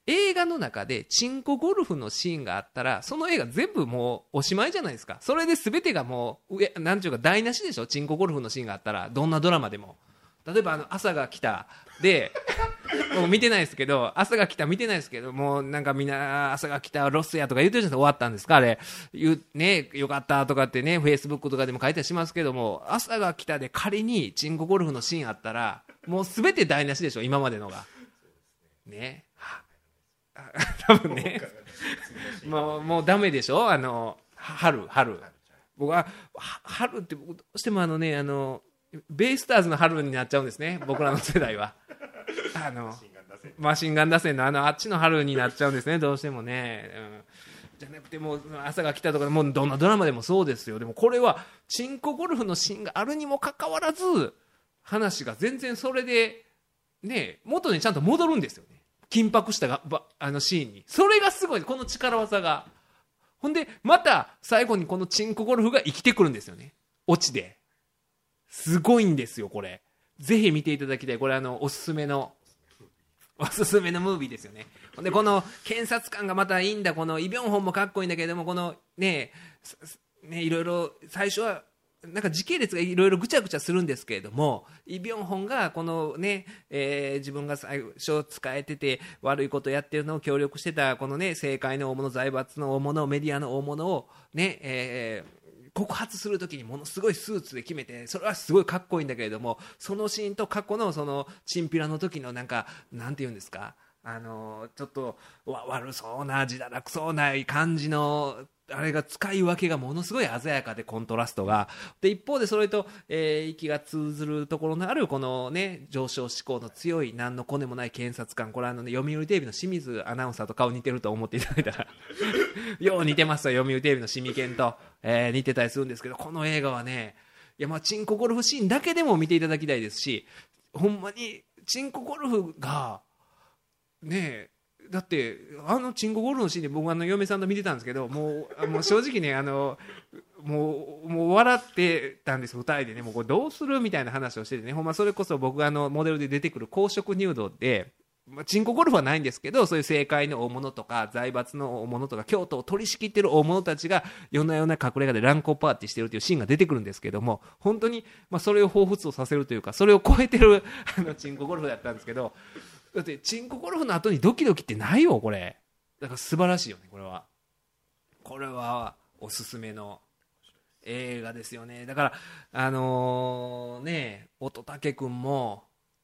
映画の中でチンコゴルフのシーンがあったらその映画全部もうおしまいじゃないですか。それで全てがもう上なんていうか台無しでしょ。チンコゴルフのシーンがあったらどんなドラマでも。例えばあの朝が来たでもう見てないですけど、朝が来た見てないですけど、もうなんかみんな朝が来たロスやとか言ってるじゃないですか。終わったんですかあれ言うね、よかったとかってねフェイスブックとかでも書いたりしますけども、朝が来たで仮にチンコゴルフのシーンあったらもう全て台無しでしょ今までのがね。多分ねもう、もうダメでしょ。あの春春僕は春って僕どうしてもあのねあのベイスターズの春になっちゃうんですね僕らの世代はあのマシンガン打線のあのあっちの春になっちゃうんですねどうしてもね、うん、じゃなくてもう朝が来たとかもうどんなドラマでもそうですよ。でもこれはチンコゴルフのシーンがあるにもかかわらず話が全然それでね元にちゃんと戻るんですよね。緊迫したがあのシーンに。それがすごいこの力技が。ほんでまた最後にこのチンコゴルフが生きてくるんですよねオチで。すごいんですよこれ。ぜひ見ていただきたい。これあのおすすめのおすすめのムービーですよね。ほんでこの検察官がまたいいんだ。このイ・ビョンホンもかっこいいんだけれども、このねねいろいろ最初はなんか時系列がいろいろぐちゃぐちゃするんですけれども、イ・ビョンホンがこのね、えー、自分が最初使えてて悪いことやってるのを協力してたこのね政界の大物、財閥の大物、メディアの大物をね、えー告発するときにものすごいスーツで決めて、それはすごいかっこいいんだけれども、そのシーンと過去のそのチンピラの時のなんかなんていうんですか、あのちょっとわ悪そうな自堕落そうな感じのあれが使い分けがものすごい鮮やかで、コントラストがで、一方でそれと、えー、息が通ずるところのあるこのね上昇志向の強い何のコネもない検察官、これあの、ね、読売テレビの清水アナウンサーと顔似てると思っていただいたらよう似てますよ、読売テレビのシミケンと、えー、似てたりするんですけど、この映画はね、いやまあチンコゴルフシーンだけでも見ていただきたいですし、ほんまにチンコゴルフがねえ、だってあのチンコゴルフのシーンで僕あの嫁さんと見てたんですけど、もうもう正直ねあのもうもう笑ってたんですふたりでね。もうこれどうするみたいな話をしててね、ほんまそれこそ僕があのモデルで出てくる公職入道で、まあ、チンコゴルフはないんですけど、そういう政界の大物とか財閥の大物とか京都を取り仕切ってる大物たちが夜な夜な隠れ家で乱交パーティーしてるというシーンが出てくるんですけども、本当にまあそれを彷彿とさせるというか、それを超えてるあのチンコゴルフだったんですけど、だってチンコゴルフの後にドキドキってないよこれ。だから素晴らしいよねこれは。これはおすすめの映画ですよね。だからあのー、ね乙武君も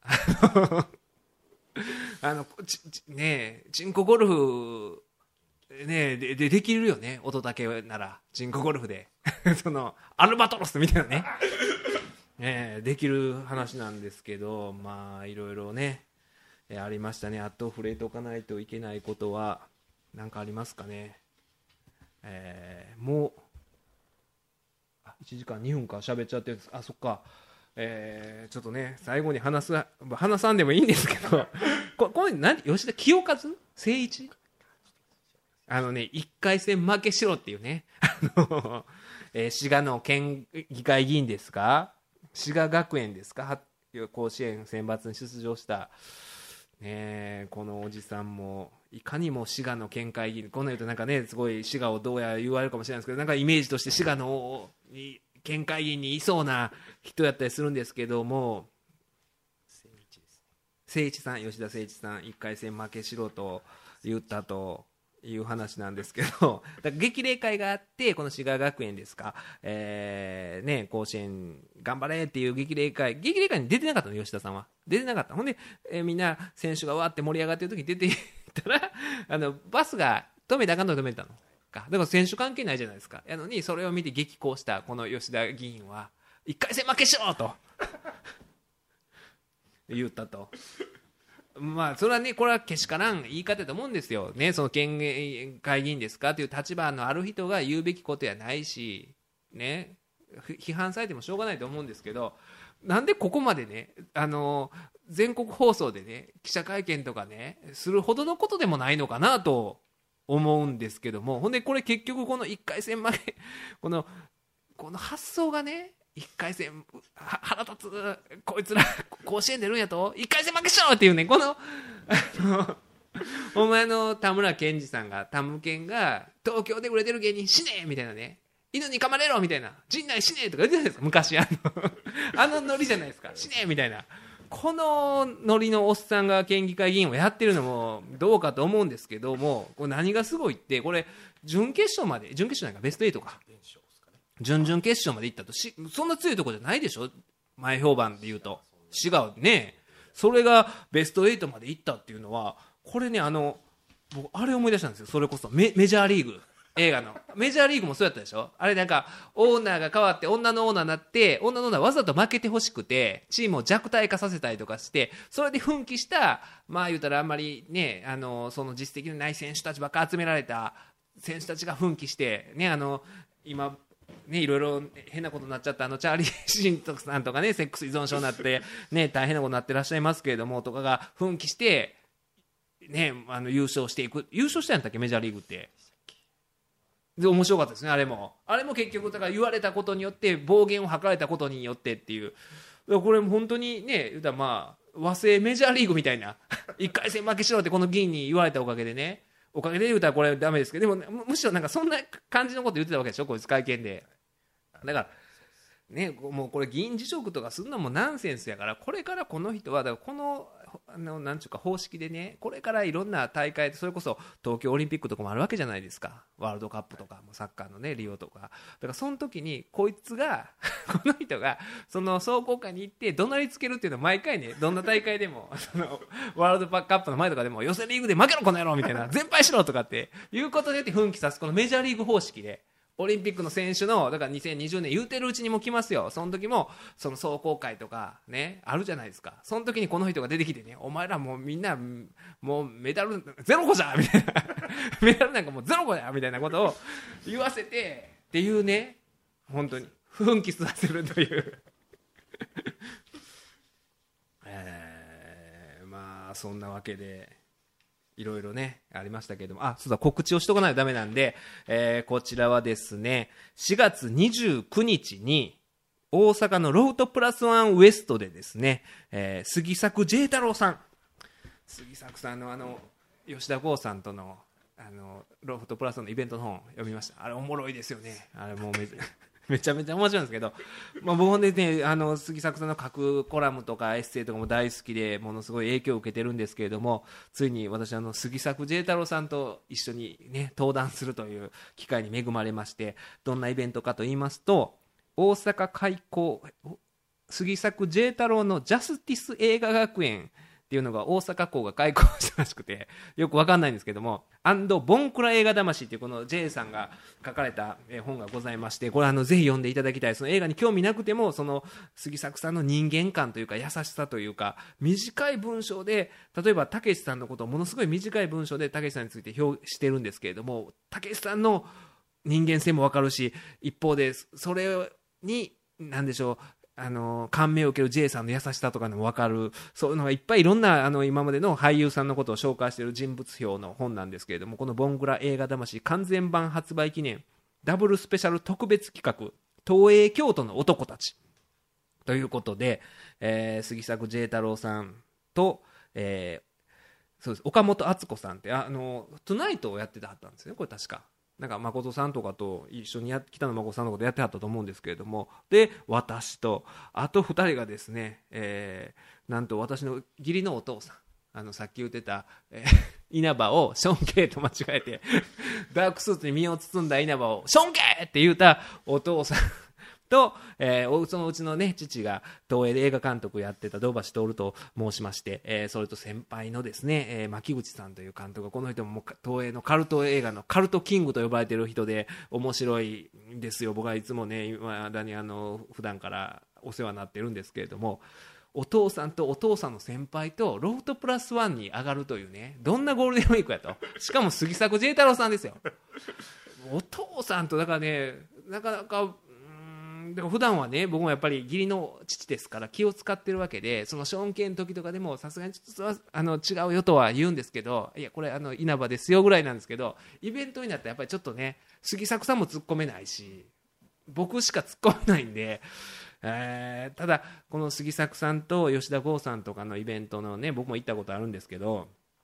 あのちちねチンコゴルフねででできるよね乙武なら。チンコゴルフでそのアルバトロスみたいなねねできる話なんですけど、まあいろいろねえありましたね。あと触れておかないといけないことは何かありますかね。えー、もうあいちじかんにふんか喋っちゃってるんです。あそっか、えー、ちょっとね最後に話す話さんでもいいんですけどここれ何吉田清和誠一あのねいっかい戦負けしろっていうねあの、えー、滋賀の県議会議員ですか、滋賀学園ですか、甲子園選抜に出場したね、このおじさんもいかにも滋賀の県会議員、こんな言うとなんかねすごい滋賀をどうや言われるかもしれないですけど、なんかイメージとして滋賀の県会議員にいそうな人やったりするんですけども、誠一さん、吉田誠一さんいっかい戦負けしろと言ったという話なんですけど、だから激励会があって、この滋賀学園ですか、えーね、甲子園頑張れっていう激励会、激励会に出てなかったの吉田さんは。出てなかった。ほんで、えー、みんな選手がわーって盛り上がってる時に出ていったらあのバスが止めたらあかんの止めたのか、だから選手関係ないじゃないですか。やのにそれを見て激高したこの吉田議員はいっかい戦負けしろと言ったと。まあそれはね、これはけしからん言い方だと思うんですよね。その県会議員ですかという立場のある人が言うべきことやないしね、批判されてもしょうがないと思うんですけど、なんでここまでねあの全国放送でね記者会見とかねするほどのことでもないのかなと思うんですけども、ほんでこれ結局このいっかい戦負けこのこの発想がね、いっかい戦腹立つこいつら甲子園出るんやといっかい戦負けしろっていうね、このあのお前の田村健二さんがタムケンが東京で売れてる芸人死ねみたいなね、犬に噛まれろみたいな、陣内死ねとか言ってたじゃないですか昔。あのあのノリじゃないですか、死ねみたいな。このノリのおっさんが県議会議員をやってるのもどうかと思うんですけども、これ何がすごいって、これ準決勝まで、準決勝なんかベストはちか、準々決勝まで行ったとし、そんな強いところじゃないでしょ、前評判で言うと。滋賀ね、それがベストはちまで行ったっていうのは、これね、あの僕あれ思い出したんですよ。それこそ メ, メジャーリーグ映画のメジャーリーグもそうやったでしょ。あれなんかオーナーが変わって女のオーナーになって、女のオーナーわざと負けてほしくてチームを弱体化させたりとかして、それで奮起した、まあ言うたらあんまりね、あのその実績のない選手たちばっか集められた選手たちが奮起してね、あの今ね、いろいろ変なことになっちゃったあのチャーリー・シントクさんとかね、セックス依存症になってね、大変なことになってらっしゃいますけれどもとかが奮起してね、あの優勝していく。優勝したんやったっけメジャーリーグって。で面白かったですね。あれもあれも結局だから言われたことによって、暴言を吐かれたことによってっていう、これも本当にね、言うたらまあ和製メジャーリーグみたいな一回戦負けしろってこの議員に言われたおかげでね、おかげで言うたらこれダメですけど、でもむしろなんかそんな感じのこと言ってたわけでしょ、こいつ会見で。だからね、もうこれ議員辞職とかするのもナンセンスやから、これからこの人はだからこのあのなんちゅうか方式でね、これからいろんな大会で、それこそ東京オリンピックとかもあるわけじゃないですか、ワールドカップとかもサッカーのねリオとか。だからその時にこいつがこの人がその壮行会に行って怒鳴りつけるっていうのを毎回ね、どんな大会でもそのワールドカップの前とかでも予選リーグで負けろこの野郎みたいな、全敗しろとかっていうことによって奮起さす、このメジャーリーグ方式でオリンピックの選手のだからにせんにじゅうねん言うてるうちにも来ますよ。その時もその壮行会とかねあるじゃないですか。その時にこの人が出てきてね、お前らもうみんなもうメダルゼロ個じゃみたいなメダルなんかもうゼロ個やみたいなことを言わせてっていうね、本当に奮起させるというえー、まあそんなわけでいろいろねありましたけれども、あ、そうだ、告知をしとかないとダメなんで、えー、こちらはですね、しがつにじゅうくにちに大阪のロフトプラスワンウエストでですね、えー、杉作 J 太郎さん、杉作さんのあの吉田剛さんとのあのロフトプラスワンのイベントの本読みました。あれおもろいですよね。あれもうめめちゃめちゃ面白いんですけど、まあ、僕ほんでね、あの杉作さんの書くコラムとかエッセイとかも大好きで、ものすごい影響を受けてるんですけれども、ついに私あの杉作 J 太郎さんと一緒にね登壇するという機会に恵まれまして、どんなイベントかと言いますと、大阪開港杉作 J 太郎のジャスティス映画学園っていうのが大阪港が開校したらしくて、よくわかんないんですけども、アンドボンクラ映画魂っていうこの J さんが書かれた本がございまして、これあのぜひ読んでいただきたい。その映画に興味なくても、その杉作さんの人間観というか優しさというか、短い文章で、例えばたけしさんのことをものすごい短い文章でたけしさんについて表してるんですけれども、たけしさんの人間性もわかるし、一方でそれに何でしょう、あの感銘を受ける J さんの優しさとかも分かる、そういうのがいっぱいいろんなあの今までの俳優さんのことを紹介している人物表の本なんですけれども、このボングラ映画魂完全版発売記念ダブルスペシャル特別企画東映京都の男たちということで、えー、杉作 J 太郎さんと、えー、そうです岡本敦子さんってあのトゥナイトをやってたはったんですね、これ確か。なんか誠さんとかと一緒にや北野誠さんのことやってはったと思うんですけれども、で私とあとふたりがですね、えー、なんと私の義理のお父さん、あのさっき言ってた、えー、稲葉をショーンケイと間違えてダークスーツに身を包んだ稲葉をショーンケイって言うたお父さんと、えー、そのうちのね父が東映で映画監督やってた堂橋徹と申しまして、えー、それと先輩のですね、えー、牧口さんという監督が、この人も東映のカルト映画のカルトキングと呼ばれている人で面白いんですよ。僕はいつもね今だにあの普段からお世話になってるんですけれども、お父さんとお父さんの先輩とロフトプラスワンに上がるというね、どんなゴールデンウィークやと。しかも杉作 J 太郎さんですよ。お父さんとだからね、なかなかだから普段はね僕もやっぱり義理の父ですから気を使ってるわけで、そのショーン系の時とかでもさすがにちょっとあの違うよとは言うんですけど、いやこれあの稲葉ですよぐらいなんですけど、イベントになったらやっぱりちょっとね杉作さんも突っ込めないし僕しか突っ込めないんで、えー、ただこの杉作さんと吉田剛さんとかのイベントのね僕も行ったことあるんですけど、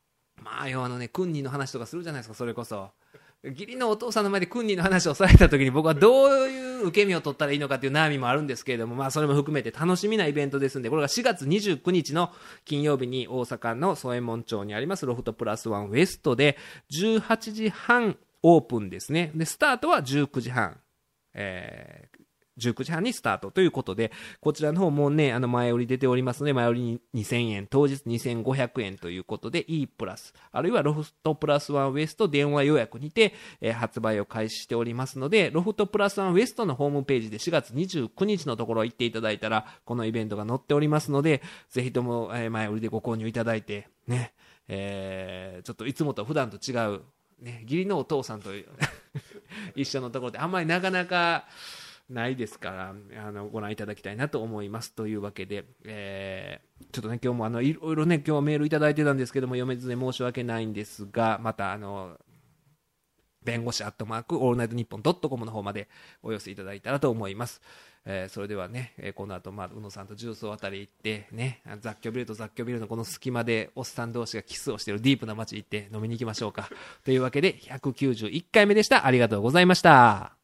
まあ要はあのねクンニーの話とかするじゃないですか。それこそ義理のお父さんの前でクンニーの話をされた時に僕はどういう受け身を取ったらいいのかっていう悩みもあるんですけれども、まあそれも含めて楽しみなイベントですんで、これがしがつにじゅうくにちの金曜日に大阪の宗右衛門町にありますロフトプラスワンウエストでじゅうはちじはんオープンですね。でスタートはじゅうくじはん、えーじゅうくじはんにスタートということで、こちらの方もね、あの前売り出ておりますので、前売りににせんえん、当日にせんごひゃくえんということで E プラス、あるいはロフトプラスワンウエスト電話予約にて、えー、発売を開始しておりますので、ロフトプラスワンウエストのホームページでしがつにじゅうくにちのところ行っていただいたら、このイベントが載っておりますので、ぜひとも前売りでご購入いただいて、ね、えー、ちょっといつもと普段と違う、ね、義理のお父さんと一緒のところであんまりなかなかないですから、あのご覧いただきたいなと思います。というわけで、えー、ちょっとね今日もあのいろいろね今日メールいただいてたんですけども読めずで申し訳ないんですが、またあの弁護士アットマークオールナイトニッポンドットコムの方までお寄せいただいたらと思います。えー、それではね、えー、この後、まあ、宇野さんと重曹あたり行ってね、雑居ビルと雑居ビルのこの隙間でおっさん同士がキスをしているディープな街行って飲みに行きましょうか。というわけでひゃくきゅうじゅういっかいめでした。ありがとうございました。